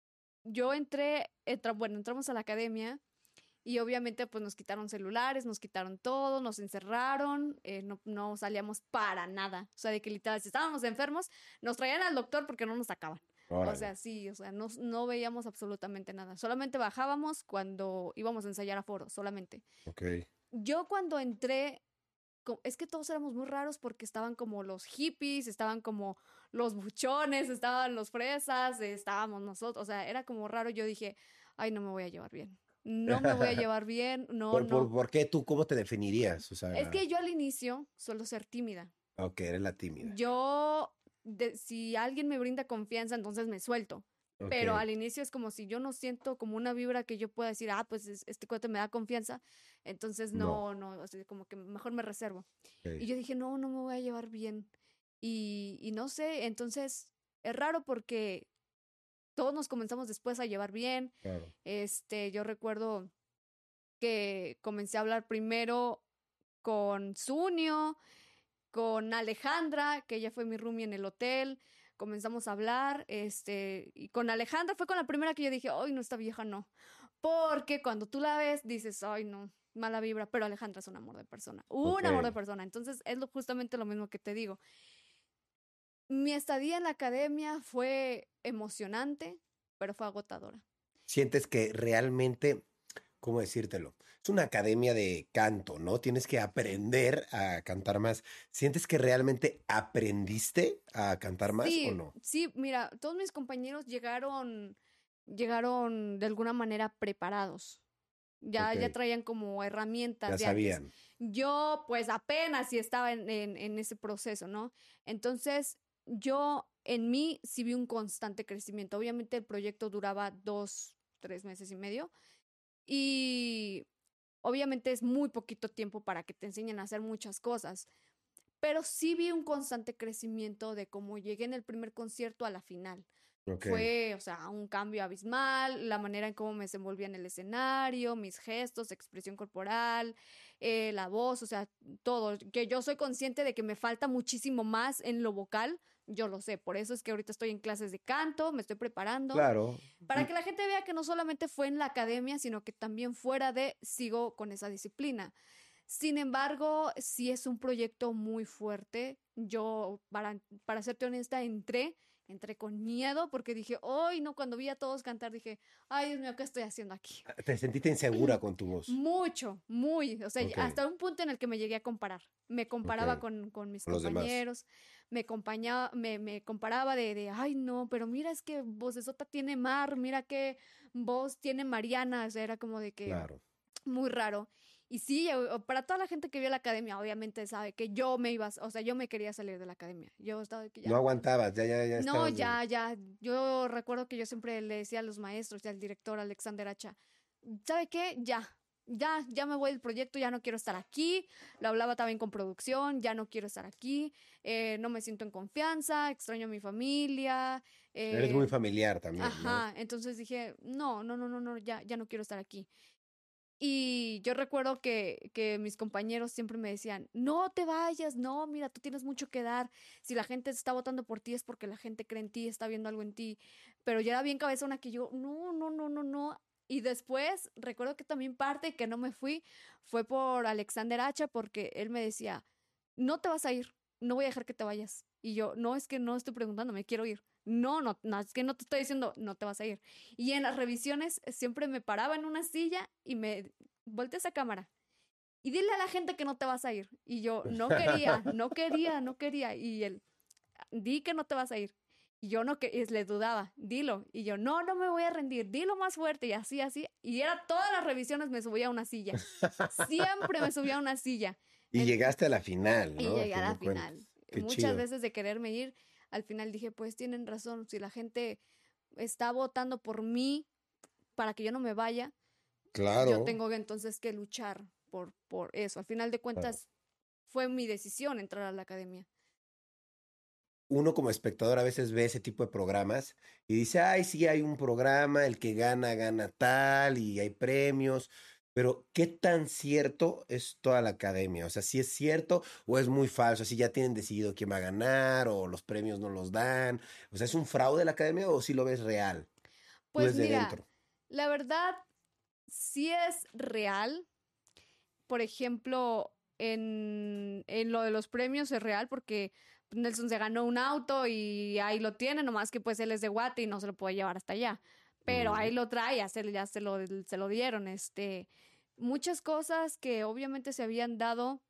entramos a la academia y obviamente pues nos quitaron celulares, nos quitaron todo, nos encerraron, no salíamos para nada. O sea, de que literal, si estábamos enfermos, nos traían al doctor porque no nos sacaban. O sea, Órale. sí, o sea, no veíamos absolutamente nada. Solamente bajábamos cuando íbamos a ensayar a foro, solamente. Ok. Yo cuando entré, es que todos éramos muy raros porque estaban como los hippies, estaban como los buchones, estaban los fresas, estábamos nosotros, o sea, era como raro. Yo dije, ay, no me voy a llevar bien. No me voy a llevar bien, no, no. ¿Por qué tú, cómo te definirías? O Es sea, que yo al inicio suelo ser tímida. ok, eres la tímida. Si alguien me brinda confianza, entonces me suelto. Ok, Pero al inicio es como si yo no siento como una vibra que yo pueda decir, pues este cuate me da confianza, entonces no. no, o sea, como que mejor me reservo. Y Ok, yo dije, no me voy a llevar bien. Y no sé, entonces es raro porque todos nos comenzamos después a llevar bien. claro. Yo recuerdo que comencé a hablar primero con Sunio, con Alejandra, que ella fue mi roomie en el hotel. Comenzamos a hablar, y con Alejandra fue con la primera que yo dije, ay, no, esta vieja no. Porque cuando tú la ves, dices, ay, no, mala vibra, pero Alejandra es un amor de persona, Ok. un amor de persona. Entonces, es justamente lo mismo que te digo. Mi estadía en la academia fue emocionante, pero fue agotadora. Sientes que realmente, ¿cómo decírtelo? Es una academia de canto, ¿no? Tienes que aprender a cantar más. ¿Sientes que realmente aprendiste a cantar más o Sí, no? sí, mira, todos mis compañeros llegaron de alguna manera preparados. Ok, Ya traían como herramientas ya de antes. sabían. Yo, pues apenas sí estaba en ese proceso, ¿no? Entonces, yo en mí sí vi un constante crecimiento. Obviamente el proyecto duraba 2, 3 meses y medio y obviamente es muy poquito tiempo para que te enseñen a hacer muchas cosas, pero sí vi un constante crecimiento de cómo llegué en el primer concierto a la final. Ok, Fue, o sea, un cambio abismal, la manera en cómo me desenvolvía en el escenario, mis gestos, expresión corporal, la voz, o sea, todo. Que yo soy consciente de que me falta muchísimo más en lo vocal, yo lo sé. Por eso es que ahorita estoy en clases de canto, me estoy preparando, claro. para que la gente vea que no solamente fue en la academia, sino que también fuera de sigo con esa disciplina. Sin embargo, sí es un proyecto muy fuerte. Yo, para serte honesta, entré con miedo porque dije, hoy no, cuando vi a todos cantar, dije, ay, Dios mío, ¿qué estoy haciendo aquí? Te sentiste insegura con tu voz. Mucho, muy, o sea, Ok, hasta un punto en el que me llegué a comparar. Me ok. comparaba con mis Con los demás. compañeros, me comparaba ay, no, pero mira, es que vocesota tiene Mar, mira qué voz tiene Mariana, o sea, era como de que Claro. muy raro. Y sí, para toda la gente que vio la academia, obviamente sabe que o sea, yo me quería salir de la academia. Yo estaba de que No ya. aguantabas, ya No, estabas. ya. Yo recuerdo que yo siempre le decía a los maestros y al director Alexander Hacha, ¿sabe qué? Ya. ya me voy del proyecto, ya no quiero estar aquí. Lo hablaba también con producción, ya no quiero estar aquí, no me siento en confianza, extraño a mi familia. Eres muy familiar también, ¿no? Ajá, entonces dije, no, ya no quiero estar aquí. Y yo recuerdo que mis compañeros siempre me decían, no te vayas, no, mira, tú tienes mucho que dar. Si la gente está votando por ti es porque la gente cree en ti, está viendo algo en ti. Pero yo era bien cabezona que yo, no. Y después recuerdo que también parte que no me fui fue por Alexander Hacha porque él me decía, no te vas a ir, no voy a dejar que te vayas. Y yo, no, es que no estoy preguntando, me quiero ir. No, es que no te estoy diciendo, no te vas a ir. Y en las revisiones siempre me paraba en una silla y me volteé esa cámara. Y dile a la gente que no te vas a ir. Y yo, no quería. Y él, di que no te vas a ir. Y yo no, que le dudaba, dilo. Y yo, no me voy a rendir, dilo más fuerte. Y así. Y era todas las revisiones me subía a una silla. Siempre me subía a una silla. Y llegaste a la final, Y ¿no? llegué a fin la de cuentas. final. Qué Muchas chido. veces de quererme ir, al final dije, pues tienen razón, si la gente está votando por mí para que yo no me vaya, yo Claro. tengo entonces que luchar por eso. Al final de Claro. cuentas, fue mi decisión entrar a la academia. Uno como espectador a veces ve ese tipo de programas y dice, ay, sí, hay un programa, el que gana, gana tal y hay premios, pero ¿qué tan cierto es toda la academia? O sea, ¿si es cierto o es muy falso? ¿Si ya tienen decidido quién va a ganar o los premios no los dan? O sea, ¿es un fraude la academia o si lo ves real? Tú Pues desde mira, dentro. la verdad, sí es real. Por ejemplo, en lo de los premios es real porque Nelson se ganó un auto y ahí lo tiene, nomás que pues él es de Guate y no se lo puede llevar hasta allá. Pero ahí Ujú. lo trae, ya se lo dieron. Muchas cosas que obviamente se habían dado,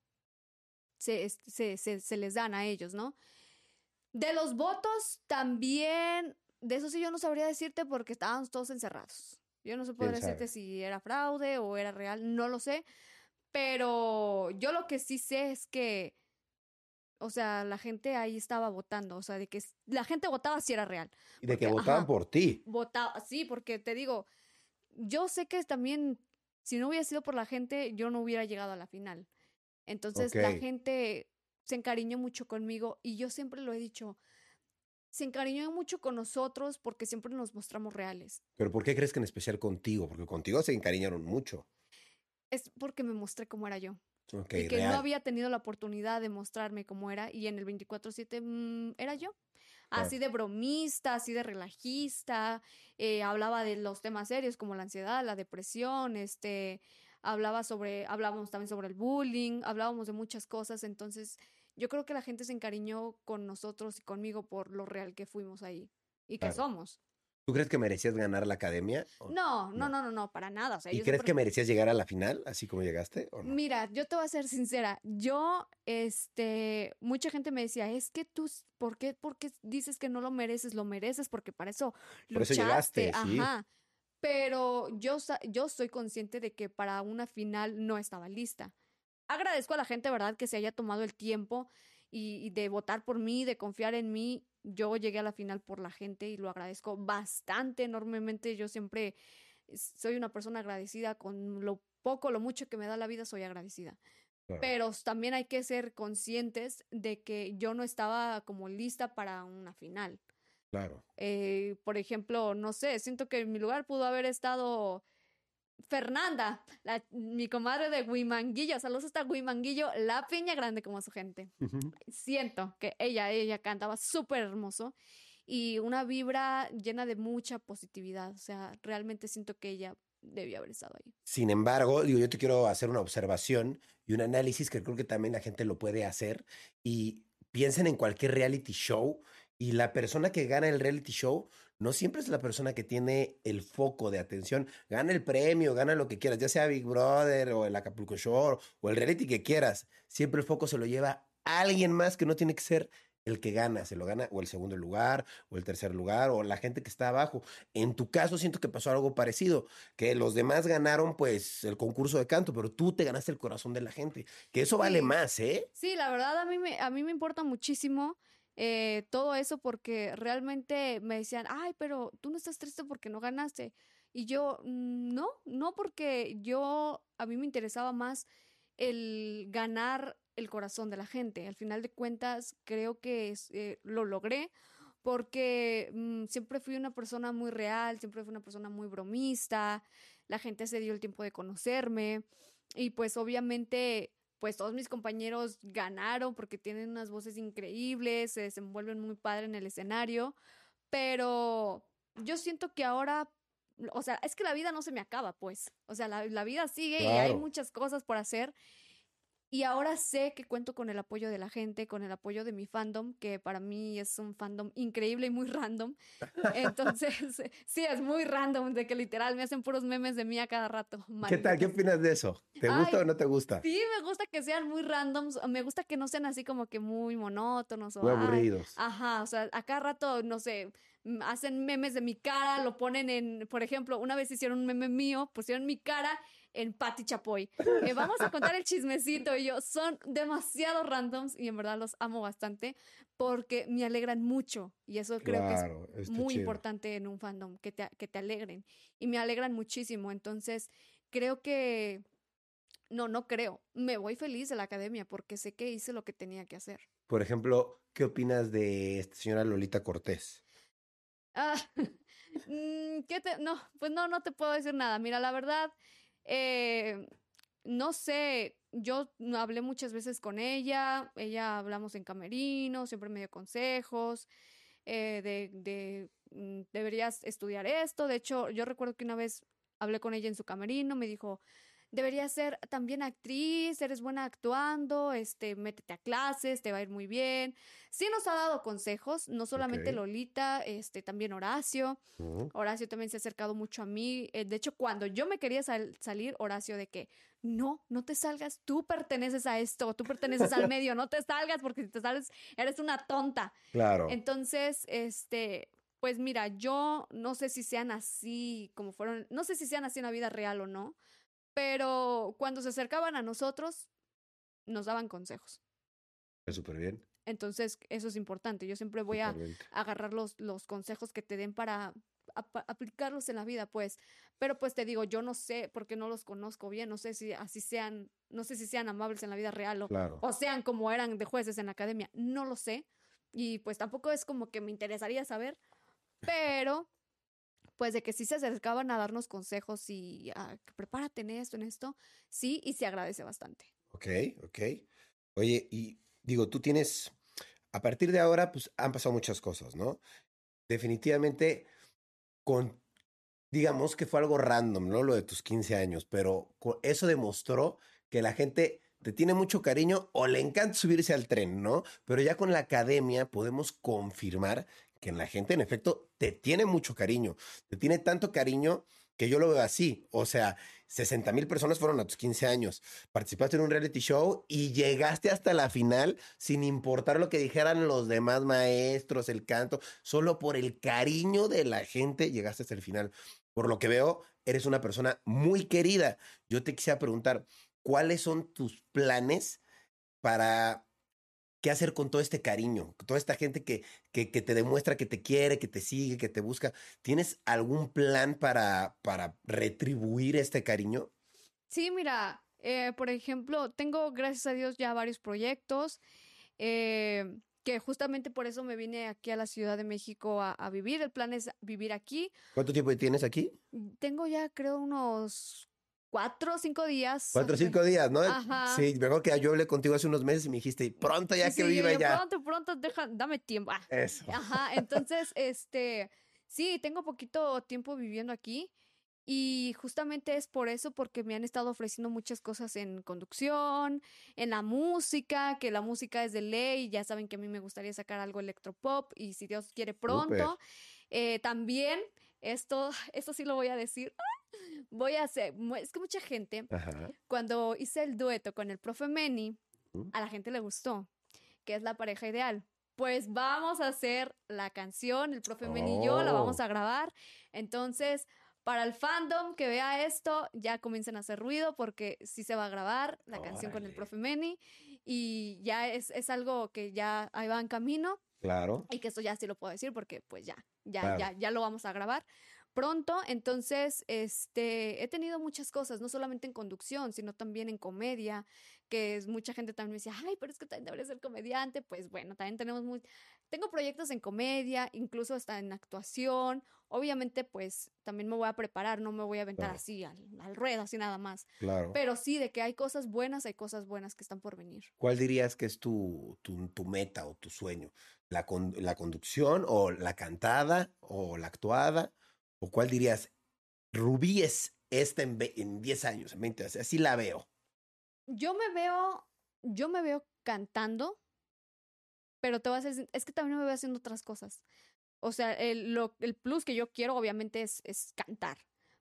se les dan a ellos, ¿no? De los votos también, de eso sí yo no sabría decirte porque estábamos todos encerrados. Yo no sé ¿Quién poder decirte sabe? si era fraude o era real, no lo sé, pero yo lo que sí sé es que, o sea, la gente ahí estaba votando, o sea, de que la gente votaba si era real, Y de que porque, votaban ajá, por ti. votaba, sí, porque te digo, yo sé que también, si no hubiera sido por la gente, yo no hubiera llegado a la final. Ok. Entonces, la gente se encariñó mucho conmigo y yo siempre lo he dicho, se encariñó mucho con nosotros porque siempre nos mostramos reales. Pero ¿por qué crees que en especial contigo? Porque contigo se encariñaron mucho. Es porque me mostré cómo era yo. Ok, Y que no real. había tenido la oportunidad de mostrarme cómo era y en el 24/7 era yo. Así Claro. de bromista, así de relajista, hablaba de los temas serios como la ansiedad, la depresión, hablábamos también sobre el bullying, hablábamos de muchas cosas, entonces yo creo que la gente se encariñó con nosotros y conmigo por lo real que fuimos ahí y que Claro. somos. ¿Tú crees que merecías ganar la academia? ¿O no? No, para nada. O sea, ¿Y yo crees siempre. que merecías llegar a la final, así como llegaste, o no? Mira, yo te voy a ser sincera. Mucha gente me decía, es que tú, ¿por qué dices que no lo mereces? Lo mereces porque para eso Por eso luchaste, llegaste, sí. ajá. Pero yo soy consciente de que para una final no estaba lista. Agradezco a la gente, ¿verdad?, que se haya tomado el tiempo y de votar por mí, de confiar en mí. Yo llegué a la final por la gente y lo agradezco bastante, enormemente. Yo siempre soy una persona agradecida con lo poco, lo mucho que me da la vida, soy agradecida. Claro, Pero también hay que ser conscientes de que yo no estaba como lista para una final. claro. Por ejemplo, no sé, siento que en mi lugar pudo haber estado Fernanda, mi comadre de Huimanguillo. Saludos hasta Huimanguillo, la piña grande como su gente. Ujú. Siento que ella cantaba súper hermoso y una vibra llena de mucha positividad. O sea, realmente siento que ella debía haber estado ahí. Sin embargo, digo, yo te quiero hacer una observación y un análisis que creo que también la gente lo puede hacer. Y piensen en cualquier reality show y la persona que gana el reality show no siempre es la persona que tiene el foco de atención. Gana el premio, gana lo que quieras, ya sea Big Brother o el Acapulco Shore o el reality que quieras. Siempre el foco se lo lleva alguien más que no tiene que ser el que gana. Se lo gana o el segundo lugar o el tercer lugar o la gente que está abajo. En tu caso siento que pasó algo parecido, que los demás ganaron pues el concurso de canto, pero tú te ganaste el corazón de la gente, que eso vale Sí, más, ¿eh? sí, la verdad a mí me importa muchísimo todo eso porque realmente me decían, ay, pero tú no estás triste porque no ganaste. Y yo, no, porque a mí me interesaba más el ganar el corazón de la gente. Al final de cuentas, creo que lo logré porque siempre fui una persona muy real, siempre fui una persona muy bromista, la gente se dio el tiempo de conocerme y pues obviamente pues todos mis compañeros ganaron porque tienen unas voces increíbles, se desenvuelven muy padre en el escenario, pero yo siento que ahora, o sea, es que la vida no se me acaba, pues, o sea, la vida sigue y hay Claro. muchas cosas por hacer y ahora sé que cuento con el apoyo de la gente, con el apoyo de mi fandom, que para mí es un fandom increíble y muy random. Entonces, sí, es muy random, de que literal me hacen puros memes de mí a cada rato, ¿Qué tal? ¿Qué malditos. opinas de eso? ¿Te gusta o Ay, no te gusta? sí, me gusta que sean muy randoms, me gusta que no sean así como que muy monótonos o, Muy ay, aburridos. ajá, o sea, a cada rato, no sé, hacen memes de mi cara, lo ponen por ejemplo, una vez hicieron un meme mío, pusieron mi cara en Pati Chapoy. Vamos a contar el chismecito y yo, son demasiado randoms y en verdad los amo bastante porque me alegran mucho y eso creo que es Claro, está muy chido. importante en un fandom, que te alegren y me alegran muchísimo, entonces creo que no creo. Me voy feliz de la academia porque sé que hice lo que tenía que hacer. Por ejemplo, ¿qué opinas de esta señora Lolita Cortés? Ah, no, pues no te puedo decir nada. Mira, la verdad, eh, no sé, yo no hablé muchas veces con ella hablamos en camerino, siempre me dio consejos, deberías estudiar esto. De hecho, yo recuerdo que una vez hablé con ella en su camerino, me dijo, deberías ser también actriz, eres buena actuando, métete a clases, te va a ir muy bien. Sí nos ha dado consejos, no Ok. solamente Lolita, también Horacio. Ujú. Horacio también se ha acercado mucho a mí. De hecho, cuando yo me quería salir, Horacio, de que no te salgas, tú perteneces a esto, tú perteneces al medio, no te salgas porque si te sales eres una tonta. Claro. Entonces, pues mira, yo no sé si sean así como fueron, no sé si sean así en la vida real o no, pero cuando se acercaban a nosotros, nos daban consejos. Es súper bien. Entonces, eso es importante. Yo siempre voy a Totalmente. agarrar los consejos que te den para aplicarlos en la vida, pues. Pero pues te digo, yo no sé, porque no los conozco bien, no sé si así sean, no sé si sean amables en la vida real Claro. o sean como eran de jueces en la academia, no lo sé. Y pues tampoco es como que me interesaría saber, pero pues de que sí se acercaban a darnos consejos y que prepárate en esto, sí, y se agradece bastante. Ok, ok. Oye, y digo, tú tienes, a partir de ahora, pues han pasado muchas cosas, ¿no? Definitivamente, con, digamos que fue algo random, ¿no? Lo de tus 15 años, pero eso demostró que la gente te tiene mucho cariño o le encanta subirse al tren, ¿no? Pero ya con la academia podemos confirmar que la gente, en efecto, te tiene mucho cariño. Te tiene tanto cariño que yo lo veo así. O sea, 60,000 personas fueron a tus 15 años. Participaste en un reality show y llegaste hasta la final sin importar lo que dijeran los demás maestros, el canto. Solo por el cariño de la gente llegaste hasta el final. Por lo que veo, eres una persona muy querida. Yo te quisiera preguntar, ¿cuáles son tus planes para qué hacer con todo este cariño? Toda esta gente que te demuestra que te quiere, que te sigue, que te busca. ¿Tienes algún plan para retribuir este cariño? Sí, mira, por ejemplo, tengo, gracias a Dios, ya varios proyectos, que justamente por eso me vine aquí a la Ciudad de México a vivir. El plan es vivir aquí. ¿Cuánto tiempo tienes aquí? Tengo ya, creo, unos 4 o 5 días. 4 o 5 días, ¿no? Ajá. Sí, mejor que yo hablé contigo hace unos meses y me dijiste, pronto ya que Sí, yo, viva yo ya. pronto, dame tiempo. Eso. Ajá, entonces, sí, tengo poquito tiempo viviendo aquí y justamente es por eso, porque me han estado ofreciendo muchas cosas en conducción, en la música, que la música es de ley, ya saben que a mí me gustaría sacar algo electropop y si Dios quiere Súper. pronto. También, esto sí lo voy a decir, voy a hacer, es que mucha gente, Ajá. cuando hice el dueto con el profe Manny, Mm. a la gente le gustó, que es la pareja ideal. Pues vamos a hacer la canción, el profe Men y yo la vamos Oh, a grabar. Entonces, para el fandom que vea esto, ya comiencen a hacer ruido porque sí se va a grabar la canción con el órale. profe Meni y ya es algo que ya ahí va en camino Claro, y que esto ya sí lo puedo decir porque pues ya claro. lo vamos a grabar. pronto. Entonces, he tenido muchas cosas, no solamente en conducción, sino también en comedia, que es, mucha gente también me decía, ay, pero es que también debería ser comediante. Pues bueno, también tengo proyectos en comedia, incluso hasta en actuación. Obviamente, pues también me voy a preparar, no me voy a aventar Claro. así al ruedo, así nada más. Claro. Pero sí, de que hay cosas buenas que están por venir. ¿Cuál dirías que es tu meta o tu sueño? ¿La conducción o la cantada o la actuada? ¿O cuál dirías, Rubí es esta en 10 años, en 20 años? Así la veo. Yo me veo cantando, pero te voy a decir, es que también me veo haciendo otras cosas. O sea, el plus que yo quiero obviamente es cantar,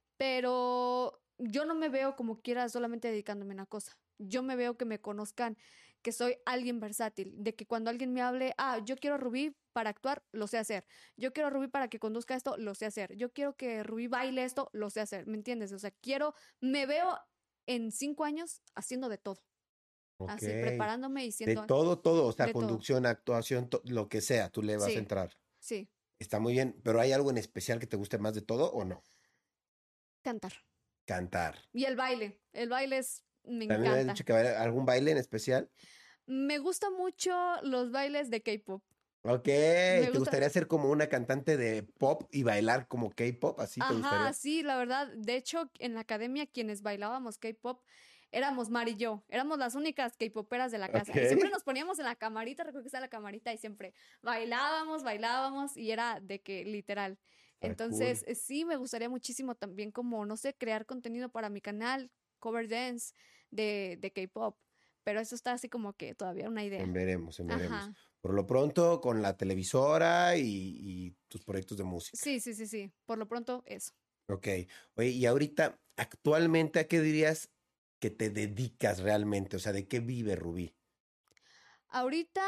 pero yo no me veo como quiera solamente dedicándome a una cosa. Yo me veo que me conozcan, que soy alguien versátil, de que cuando alguien me hable, yo quiero a Rubí para actuar, lo sé hacer. Yo quiero a Rubí para que conduzca esto, lo sé hacer. Yo quiero que Rubí baile esto, lo sé hacer. ¿Me entiendes? O sea, me veo en 5 años haciendo de todo. Ok. Así, preparándome y De siendo todo, o sea, de todo. conducción, actuación, lo que sea, tú le vas a Sí, entrar. sí, Está muy bien, pero ¿hay algo en especial que te guste más de todo o no? cantar. Cantar. Y el baile me ¿También me habías encanta. dicho que había algún baile en especial? Me gustan mucho los bailes de K-pop. Ok, Me ¿te gusta. gustaría ser como una cantante de pop y bailar como K-pop? ¿Así te Ajá, gustaría? sí, la verdad. De hecho, en la academia quienes bailábamos K-pop éramos Mar y yo. Éramos las únicas K-poperas de la casa. Y siempre Ok. nos poníamos en la camarita, recuerdo que estaba la camarita y siempre bailábamos y era de que literal. Está cool. Entonces, sí, me gustaría muchísimo también como, no sé, crear contenido para mi canal, cover dance de K-pop. Pero eso está así como que todavía una idea. Veremos, veremos. Ajá. Por lo pronto, con la televisora y tus proyectos de música. Sí, sí, sí, sí. Por lo pronto, eso. Ok. Oye, y ahorita, actualmente, ¿a qué dirías que te dedicas realmente? O sea, ¿de qué vive Rubí? Ahorita,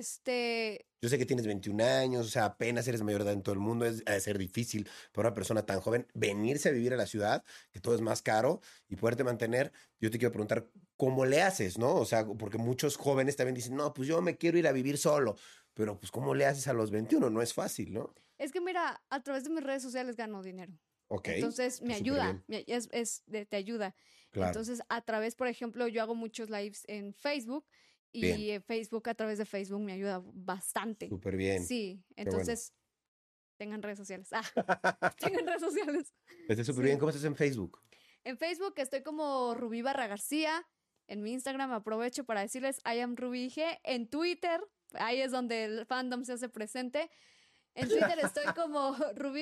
Yo sé que tienes 21 años, o sea, apenas eres mayor de edad en todo el mundo, ha de ser difícil para una persona tan joven venirse a vivir a la ciudad, que todo es más caro y poderte mantener. Yo te quiero preguntar, ¿cómo le haces, no? O sea, porque muchos jóvenes también dicen, no, pues yo me quiero ir a vivir solo, pero pues ¿cómo le haces a los 21? No es fácil, ¿no? es que mira, a través de mis redes sociales gano dinero. Ok, Entonces me está súper ayuda, bien, te ayuda. claro, Entonces, a través, por ejemplo, yo hago muchos lives en Facebook bien, y Facebook, a través de Facebook, me ayuda bastante. súper bien, Sí, qué bueno. entonces tengan redes sociales. Tengan redes sociales. Está súper bien, Sí. ¿cómo estás en Facebook? En Facebook estoy como Rubí Barra García. En mi Instagram aprovecho para decirles I am Rubí G. En Twitter, ahí es donde el fandom se hace presente. En Twitter estoy como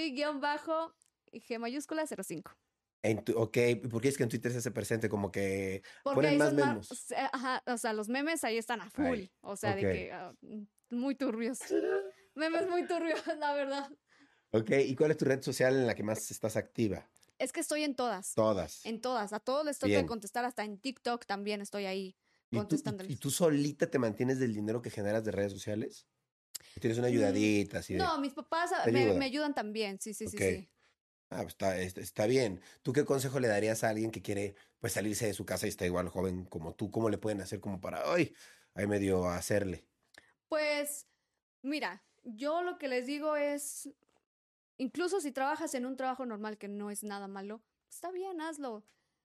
Rubí-G mayúscula 05. Ok, ¿por qué es que en Twitter se hace presente como que Porque ponen ahí más son más, memos? ajá, o sea, los memes ahí están a full. Ahí, O sea, ok. de que muy turbios. Memes muy turbios, la verdad. Ok, ¿y cuál es tu red social en la que más estás activa? Es que estoy en todas. Todas. En todas. A todos les trato de Bien. contestar, hasta en TikTok también estoy ahí ¿Y contestándoles. tú solita te mantienes del dinero que generas de redes sociales? ¿O tienes una Mm, ayudadita así de, no, mis papás te me ayuda? ayudan también. Sí, sí, sí, Ok. sí. Ah, pues está bien. ¿Tú qué consejo le darías a alguien que quiere pues salirse de su casa y está igual joven como tú? ¿Cómo le pueden hacer como para, ay, ahí medio hacerle? Pues, mira, yo lo que les digo es, incluso si trabajas en un trabajo normal que no es nada malo, está bien, hazlo.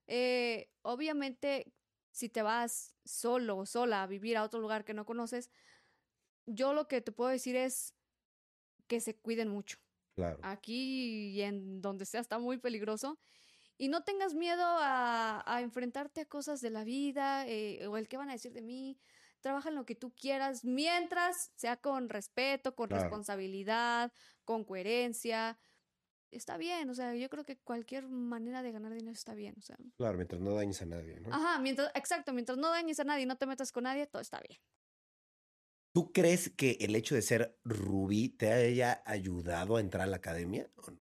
Obviamente, si te vas solo o sola a vivir a otro lugar que no conoces, yo lo que te puedo decir es que se cuiden mucho. Claro. Aquí y en donde sea está muy peligroso. Y no tengas miedo a enfrentarte a cosas de la vida o el qué van a decir de mí. Trabaja en lo que tú quieras, mientras sea con respeto, con Claro, responsabilidad, con coherencia. Está bien, o sea, yo creo que cualquier manera de ganar dinero está bien, o sea. claro, mientras no dañes a nadie, ¿no? Ajá, mientras no dañes a nadie y no te metas con nadie, todo está bien. ¿Tú crees que el hecho de ser Rubí te haya ayudado a entrar a la academia? ¿O no?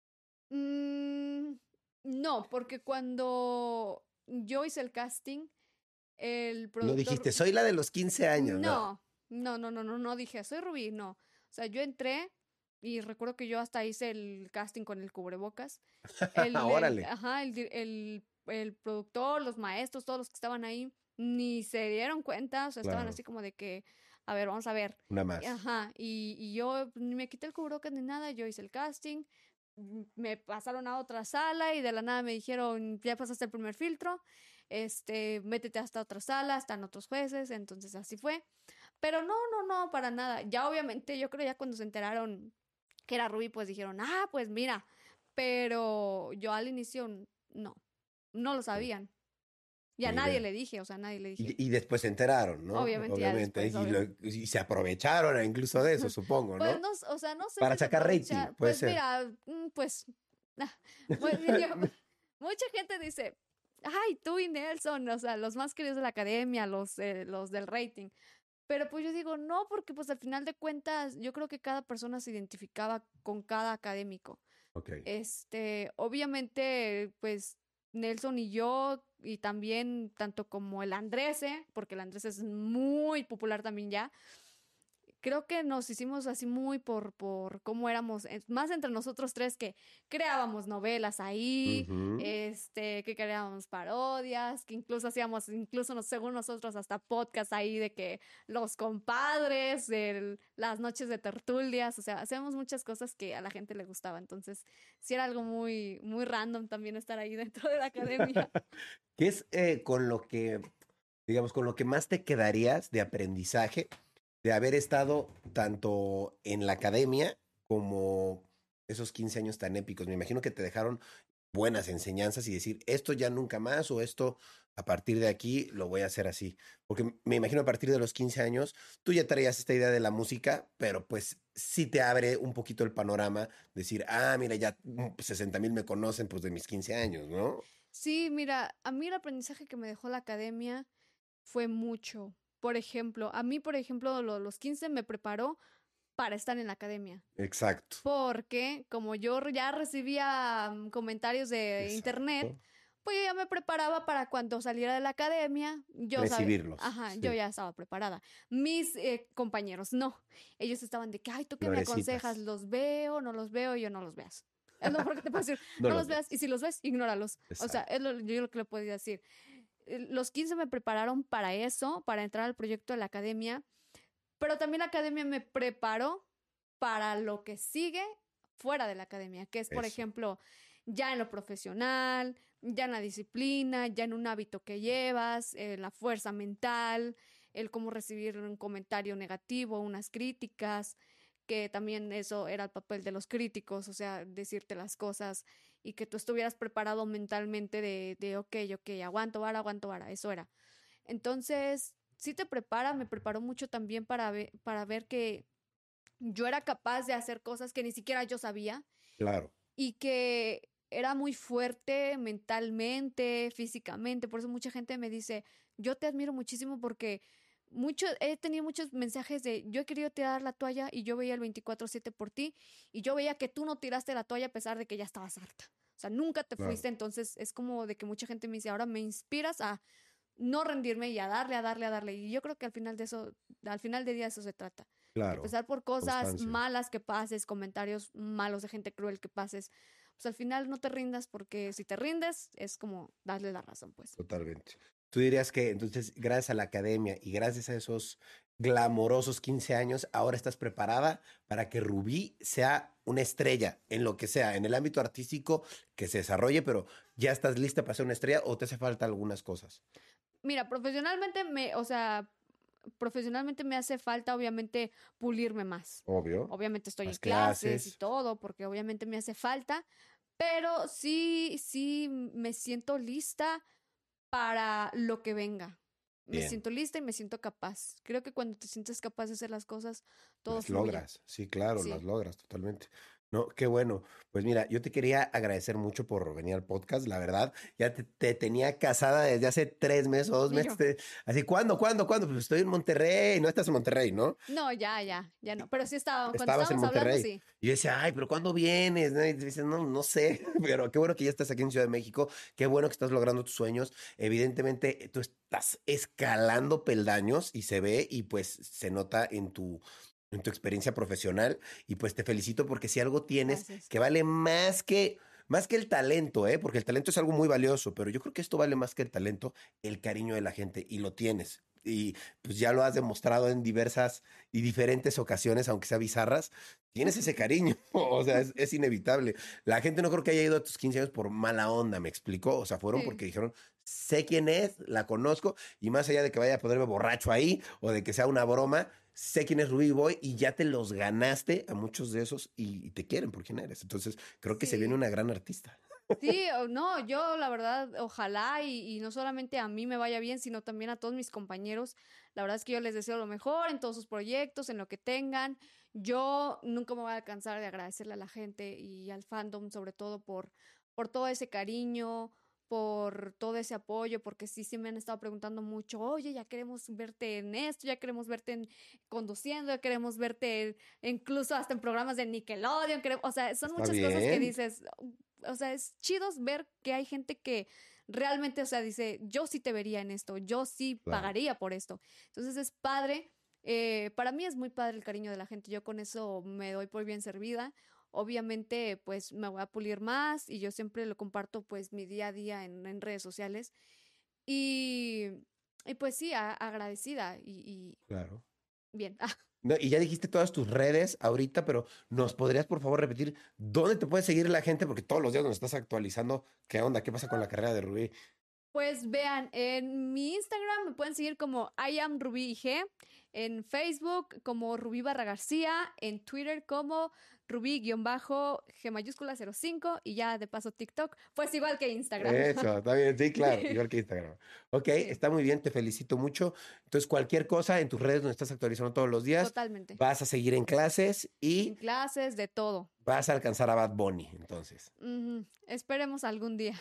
Mm, no, porque cuando yo hice el casting, el No productor. dijiste, soy la de los 15 años, no. No dije, soy Rubí, no. O sea, yo entré y recuerdo que yo hasta hice el casting con el cubrebocas. Órale, Ajá, el productor, los maestros, todos los que estaban ahí, ni se dieron cuenta, o sea, estaban claro, así como de que, a ver, vamos a ver. una más. Ajá, y yo ni me quité el cubrebocas ni nada, yo hice el casting, me pasaron a otra sala y de la nada me dijeron, ya pasaste el primer filtro, métete hasta otra sala, están otros jueces, entonces así fue. Pero no, para nada. Ya obviamente, yo creo ya cuando se enteraron que era Rubí, pues dijeron, pues mira, pero yo al inicio no lo sabían. Y a nadie le dije, o sea, a nadie le dije. Y después se enteraron, ¿no? Obviamente. Ya después, y se aprovecharon incluso de eso, supongo, ¿no? Pues no, o sea, no sé. Para sacar rating, puede pues ser. Mira, pues, mucha gente dice, ay, tú y Nelson, o sea, los más queridos de la academia, los del rating. Pero pues yo digo, no, porque pues al final de cuentas, yo creo que cada persona se identificaba con cada académico. Okay. Obviamente, pues Nelson y yo, y también tanto como el Andrese, porque el Andrés es muy popular también ya, creo que nos hicimos así muy por cómo éramos, más entre nosotros tres, que creábamos novelas ahí, que creábamos parodias, que incluso hacíamos, según nosotros, hasta podcast ahí de que los compadres, las noches de tertulias, o sea, hacíamos muchas cosas que a la gente le gustaba. Entonces, sí era algo muy, muy random también estar ahí dentro de la academia. ¿Qué es con lo que, digamos, con lo que más te quedarías de aprendizaje de haber estado tanto en la academia como esos 15 años tan épicos? Me imagino que te dejaron buenas enseñanzas y decir, esto ya nunca más, o esto a partir de aquí lo voy a hacer así. Porque me imagino a partir de los 15 años, tú ya traías esta idea de la música, pero pues sí te abre un poquito el panorama, decir, mira, ya 60,000 me conocen pues de mis 15 años, ¿no? Sí, mira, a mí el aprendizaje que me dejó la academia fue mucho. Por ejemplo, los 15 me preparó para estar en la academia. Exacto. Porque como yo ya recibía comentarios de internet, pues yo ya me preparaba para cuando saliera de la academia. Recibirlos. Yo ya estaba preparada. Mis compañeros no. Ellos estaban de que, ay, ¿tú qué me aconsejas? ¿Los veo? ¿No los veo? Yo no los veas. Es lo mejor que te puedo decir. No los veas. Y si los ves, ignóralos. Exacto. O sea, yo lo que le podía decir. Los 15 me prepararon para eso, para entrar al proyecto de la academia, pero también la academia me preparó para lo que sigue fuera de la academia, que es, por ejemplo, ya en lo profesional, ya en la disciplina, ya en un hábito que llevas, la fuerza mental, el cómo recibir un comentario negativo, unas críticas, que también eso era el papel de los críticos, o sea, decirte las cosas y que tú estuvieras preparado mentalmente de ok, aguanto vara, eso era. Entonces, sí te prepara, me preparó mucho también para ver que yo era capaz de hacer cosas que ni siquiera yo sabía. Claro. Y que era muy fuerte mentalmente, físicamente, por eso mucha gente me dice, yo te admiro muchísimo porque he tenido muchos mensajes de yo he querido tirar la toalla y yo veía el 24/7 por ti y yo veía que tú no tiraste la toalla a pesar de que ya estabas harta. O sea, nunca te fuiste, entonces es como de que mucha gente me dice, ahora me inspiras a no rendirme y a darle. Y yo creo que al final de día eso se trata. Claro. Empezar por cosas malas que pases, comentarios malos de gente cruel que pases, pues al final no te rindas porque si te rindes es como darle la razón, pues. Totalmente. Tú dirías que entonces, gracias a la academia y gracias a esos glamorosos 15 años, ahora estás preparada para que Rubí sea una estrella en lo que sea, en el ámbito artístico que se desarrolle, pero ¿ya estás lista para ser una estrella o te hace falta algunas cosas? Mira, profesionalmente me hace falta, obviamente, pulirme más. Obvio. Obviamente estoy en clases y todo, porque obviamente me hace falta, pero sí me siento lista para lo que venga. Me siento lista y me siento capaz. Creo que cuando te sientes capaz de hacer las cosas, todo las fluye. logras. Sí, claro, las logras totalmente. No, qué bueno. Pues mira, yo te quería agradecer mucho por venir al podcast, la verdad. Ya te tenía casada desde hace 3 meses o 2 meses. Así, ¿cuándo? Pues estoy en Monterrey. No estás en Monterrey, ¿no? No, ya no. Pero sí estaba, cuando Estabas en Monterrey. Hablando, sí. Y yo decía, ay, pero ¿cuándo vienes? Y dices, no sé. Pero qué bueno que ya estás aquí en Ciudad de México. Qué bueno que estás logrando tus sueños. Evidentemente, tú estás escalando peldaños y se ve y pues se nota en tu experiencia profesional y pues te felicito porque si algo tienes que vale más que el talento, porque el talento es algo muy valioso, pero yo creo que esto vale más que el talento, el cariño de la gente y lo tienes. y pues ya lo has demostrado en diversas y diferentes ocasiones, aunque sea bizarras, tienes ese cariño, o sea, es inevitable. La gente no creo que haya ido a tus 15 años por mala onda, ¿me explicó? O sea, fueron Sí. porque dijeron, sé quién es, la conozco, y más allá de que vaya a ponerme borracho ahí o de que sea una broma, sé quién es Rubí Boy y ya te los ganaste a muchos de esos y te quieren por quién eres. Entonces, creo que se viene Sí. una gran artista. Sí, no, yo la verdad, ojalá y no solamente a mí me vaya bien, sino también a todos mis compañeros. La verdad es que yo les deseo lo mejor en todos sus proyectos, en lo que tengan. Yo nunca me voy a cansar de agradecerle a la gente y al fandom, sobre todo por todo ese cariño, por todo ese apoyo, porque sí me han estado preguntando mucho, oye, ya queremos verte en esto, ya queremos verte conduciendo, ya queremos verte incluso hasta en programas de Nickelodeon, o sea, son Está muchas cosas que bien. dices, o sea, es chido ver que hay gente que realmente, o sea, dice, yo sí te vería en esto, yo sí Claro. pagaría por esto. Entonces es padre. Para mí es muy padre el cariño de la gente. Yo con eso me doy por bien servida. Obviamente, pues me voy a pulir más y yo siempre lo comparto, pues mi día a día en redes sociales. Y, y pues sí, agradecida y Claro. bien. No, y ya dijiste todas tus redes ahorita, pero ¿nos podrías por favor repetir dónde te puede seguir la gente? Porque todos los días nos estás actualizando. ¿Qué onda? ¿Qué pasa con la carrera de Rubí? Pues vean, en mi Instagram me pueden seguir como I am Rubí IG, en Facebook como Rubí Barra García, en Twitter como Rubí-G mayúscula 05 y ya de paso TikTok, pues igual que Instagram. Eso, está bien, sí, claro, Sí, igual que Instagram. Ok, sí, está muy bien, te felicito mucho. Entonces, cualquier cosa en tus redes donde estás actualizando todos los días, totalmente. vas a seguir en clases En y clases, de todo. vas a alcanzar a Bad Bunny, entonces. Ujú, esperemos algún día.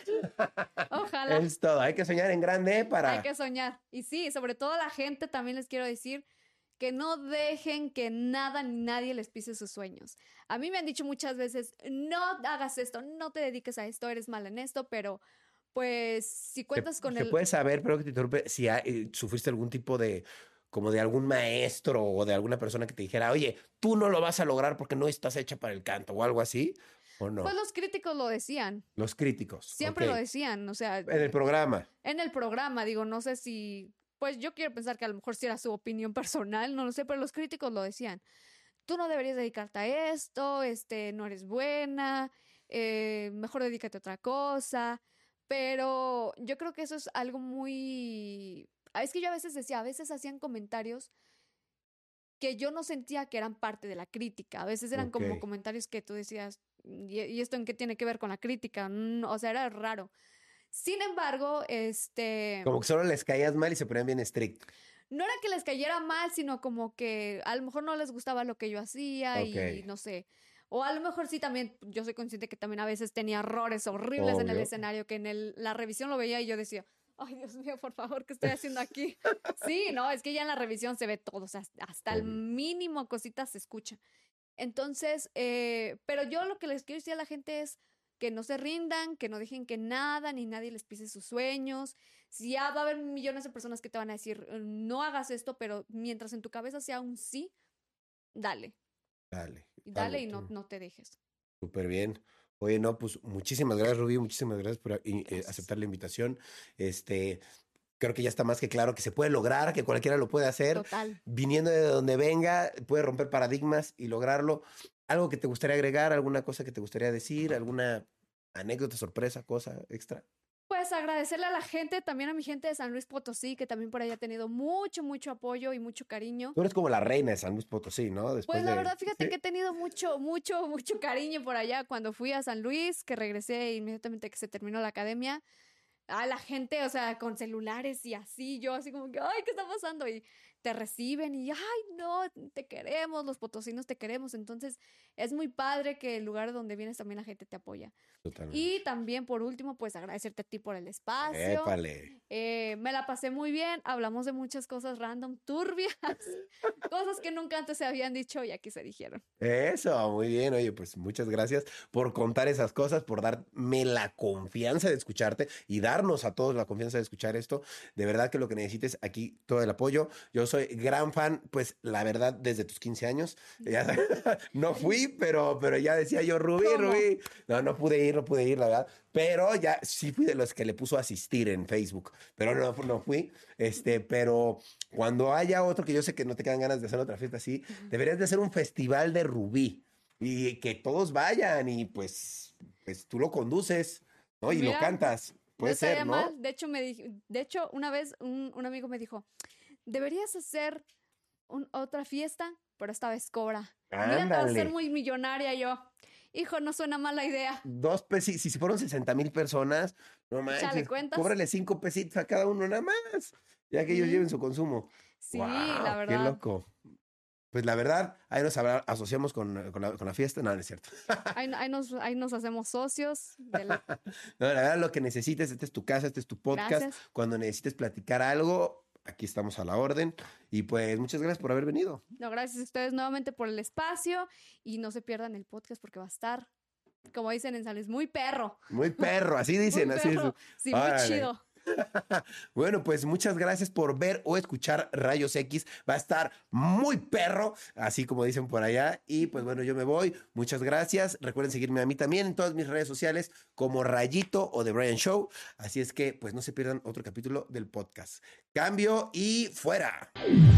Ojalá. Es todo, hay que soñar en grande Hay para... que soñar. Y sí, sobre todo a la gente también les quiero decir que no dejen que nada ni nadie les pise sus sueños. A mí me han dicho muchas veces, no hagas esto, no te dediques a esto, eres mal en esto, pero pues si Se, cuentas con se el... puede saber, pero que te interrumpe, si sufriste algún tipo de, como de algún maestro o de alguna persona que te dijera, oye, tú no lo vas a lograr porque no estás hecha para el canto o algo así, ¿o Pues no? los críticos lo decían, Los críticos, ok. siempre lo decían, o sea, En el programa. en el programa, digo, no sé si... Pues yo quiero pensar que a lo mejor sí era su opinión personal, no lo sé, pero los críticos lo decían. Tú no deberías dedicarte a esto, no eres buena, mejor dedícate a otra cosa. Pero yo creo que eso es algo muy... Es que yo a veces decía, a veces hacían comentarios que yo no sentía que eran parte de la crítica. A veces eran Ok. como comentarios que tú decías, ¿y esto en qué tiene que ver con la crítica? O sea, era raro. Sin embargo, Como que solo les caías mal y se ponían bien estrictos. no era que les cayera mal, sino como que a lo mejor no les gustaba lo que yo hacía Ok, y no sé. O a lo mejor sí también, yo soy consciente que también a veces tenía errores horribles en el obvio. escenario, que la revisión lo veía y yo decía, ay Dios mío, por favor, ¿qué estoy haciendo aquí? Sí, no, es que ya en la revisión se ve todo, o sea, hasta el Obvio. mínimo cosita se escucha. Entonces, pero yo lo que les quiero decir a la gente es que no se rindan, que no dejen que nada ni nadie les pise sus sueños. Si ya va a haber millones de personas que te van a decir, no hagas esto, pero mientras en tu cabeza sea un sí, dale. Dale, Y dale dale y tú. no te dejes. Súper bien. Oye, no, pues muchísimas gracias, Rubí. Muchísimas gracias por Gracias. aceptar la invitación. Este, creo que ya está más que claro que se puede lograr, que cualquiera lo puede hacer. Total. Viniendo de donde venga, puede romper paradigmas y lograrlo. ¿Algo que te gustaría agregar? ¿Alguna cosa que te gustaría decir? ¿Alguna anécdota, sorpresa, cosa extra? Pues agradecerle a la gente, también a mi gente de San Luis Potosí, que también por ahí ha tenido mucho apoyo y mucho cariño. Tú eres como la reina de San Luis Potosí, ¿no? Pues Después la de... verdad, fíjate ¿Sí? que he tenido mucho cariño por allá cuando fui a San Luis, que regresé inmediatamente que se terminó la academia. A la gente, o sea, con celulares y así, yo así como que, ay, ¿qué está pasando? Y te reciben y, ay, no, te queremos, los potosinos te queremos. Entonces, es muy padre que el lugar donde vienes también la gente te apoya. Totalmente. Y también, por último, pues agradecerte a ti por el espacio. Épale. Me la pasé muy bien, hablamos de muchas cosas random, turbias, cosas que nunca antes se habían dicho y aquí se dijeron. Eso, muy bien. Oye, pues muchas gracias por contar esas cosas, por darme la confianza de escucharte y darnos a todos la confianza de escuchar esto. De verdad que lo que necesites, aquí todo el apoyo. Yo soy gran fan, pues la verdad, desde tus 15 años. Ya, no fui, pero ya decía yo, Rubí, ¿Cómo? Rubí. No pude ir, la verdad. Pero ya sí fui de los que le puso asistir en Facebook. pero no fui. Pero cuando haya otro, que yo sé que no te quedan ganas de hacer otra fiesta así, deberías de hacer un festival de Rubí y que todos vayan y pues tú lo conduces, ¿no? Y Mira, lo cantas. Puede no estaría ser, ¿no? mal. De hecho, una vez un amigo me dijo, deberías hacer otra fiesta, pero esta vez cobra. Mira, te vas a Ándale. ser muy millonaria. Yo, hijo, no suena mala idea. 2 pesos, si fueron 60,000 personas, no Échale manches, cuentas. cóbrale 5 pesitos a cada uno nada más, ya que ellos lleven su consumo. Sí, Guau, la qué verdad. loco. Pues la verdad, ahí nos asociamos con la fiesta. No, no es cierto. Ahí nos hacemos socios. No, la verdad, lo que necesites, esta es tu casa, este es tu podcast. Gracias. Cuando necesites platicar algo, aquí estamos a la orden. Y pues muchas gracias por haber venido. No, gracias a ustedes nuevamente por el espacio y no se pierdan el podcast porque va a estar, como dicen en Sales, muy perro. Muy perro, así dicen, Muy así es. perro. Sí, muy Órale. chido. Bueno, pues muchas gracias por ver o escuchar Rayos X. Va a estar muy perro, así como dicen por allá. Y pues bueno, yo me voy. Muchas gracias. Recuerden seguirme a mí también en todas mis redes sociales como Rayito o The Brian Show. Así es que pues no se pierdan otro capítulo del podcast. Cambio y fuera.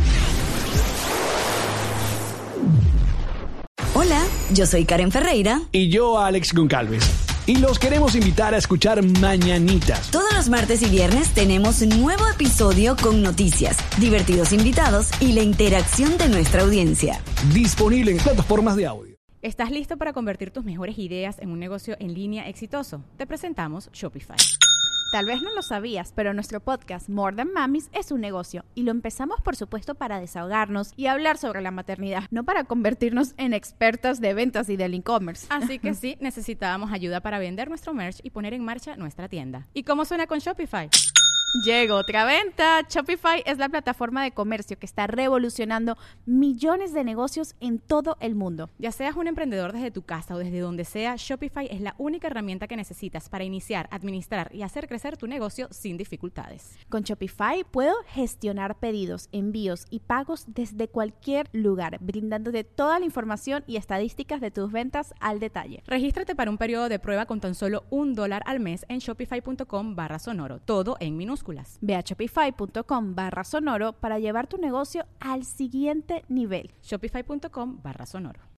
Hola, yo soy Karen Ferreira. Y yo, Alex Goncalves. Y los queremos invitar a escuchar Mañanitas. Todos los martes y viernes tenemos un nuevo episodio con noticias, divertidos invitados y la interacción de nuestra audiencia. Disponible en plataformas de audio. ¿Estás listo para convertir tus mejores ideas en un negocio en línea exitoso? Te presentamos Shopify. Tal vez no lo sabías, pero nuestro podcast More Than Mamis es un negocio y lo empezamos por supuesto para desahogarnos y hablar sobre la maternidad, no para convertirnos en expertas de ventas y del e-commerce. Así que sí, necesitábamos ayuda para vender nuestro merch y poner en marcha nuestra tienda. ¿Y cómo suena con Shopify? Llegó otra venta. Shopify es la plataforma de comercio que está revolucionando millones de negocios en todo el mundo. Ya seas un emprendedor desde tu casa o desde donde sea, Shopify es la única herramienta que necesitas para iniciar, administrar y hacer crecer tu negocio sin dificultades. Con Shopify puedo gestionar pedidos, envíos y pagos desde cualquier lugar, brindándote toda la información y estadísticas de tus ventas al detalle. Regístrate para un periodo de prueba con tan solo $1 al mes en shopify.com/sonoro, todo en minúsculas. Ve a shopify.com/sonoro para llevar tu negocio al siguiente nivel. Shopify.com/sonoro.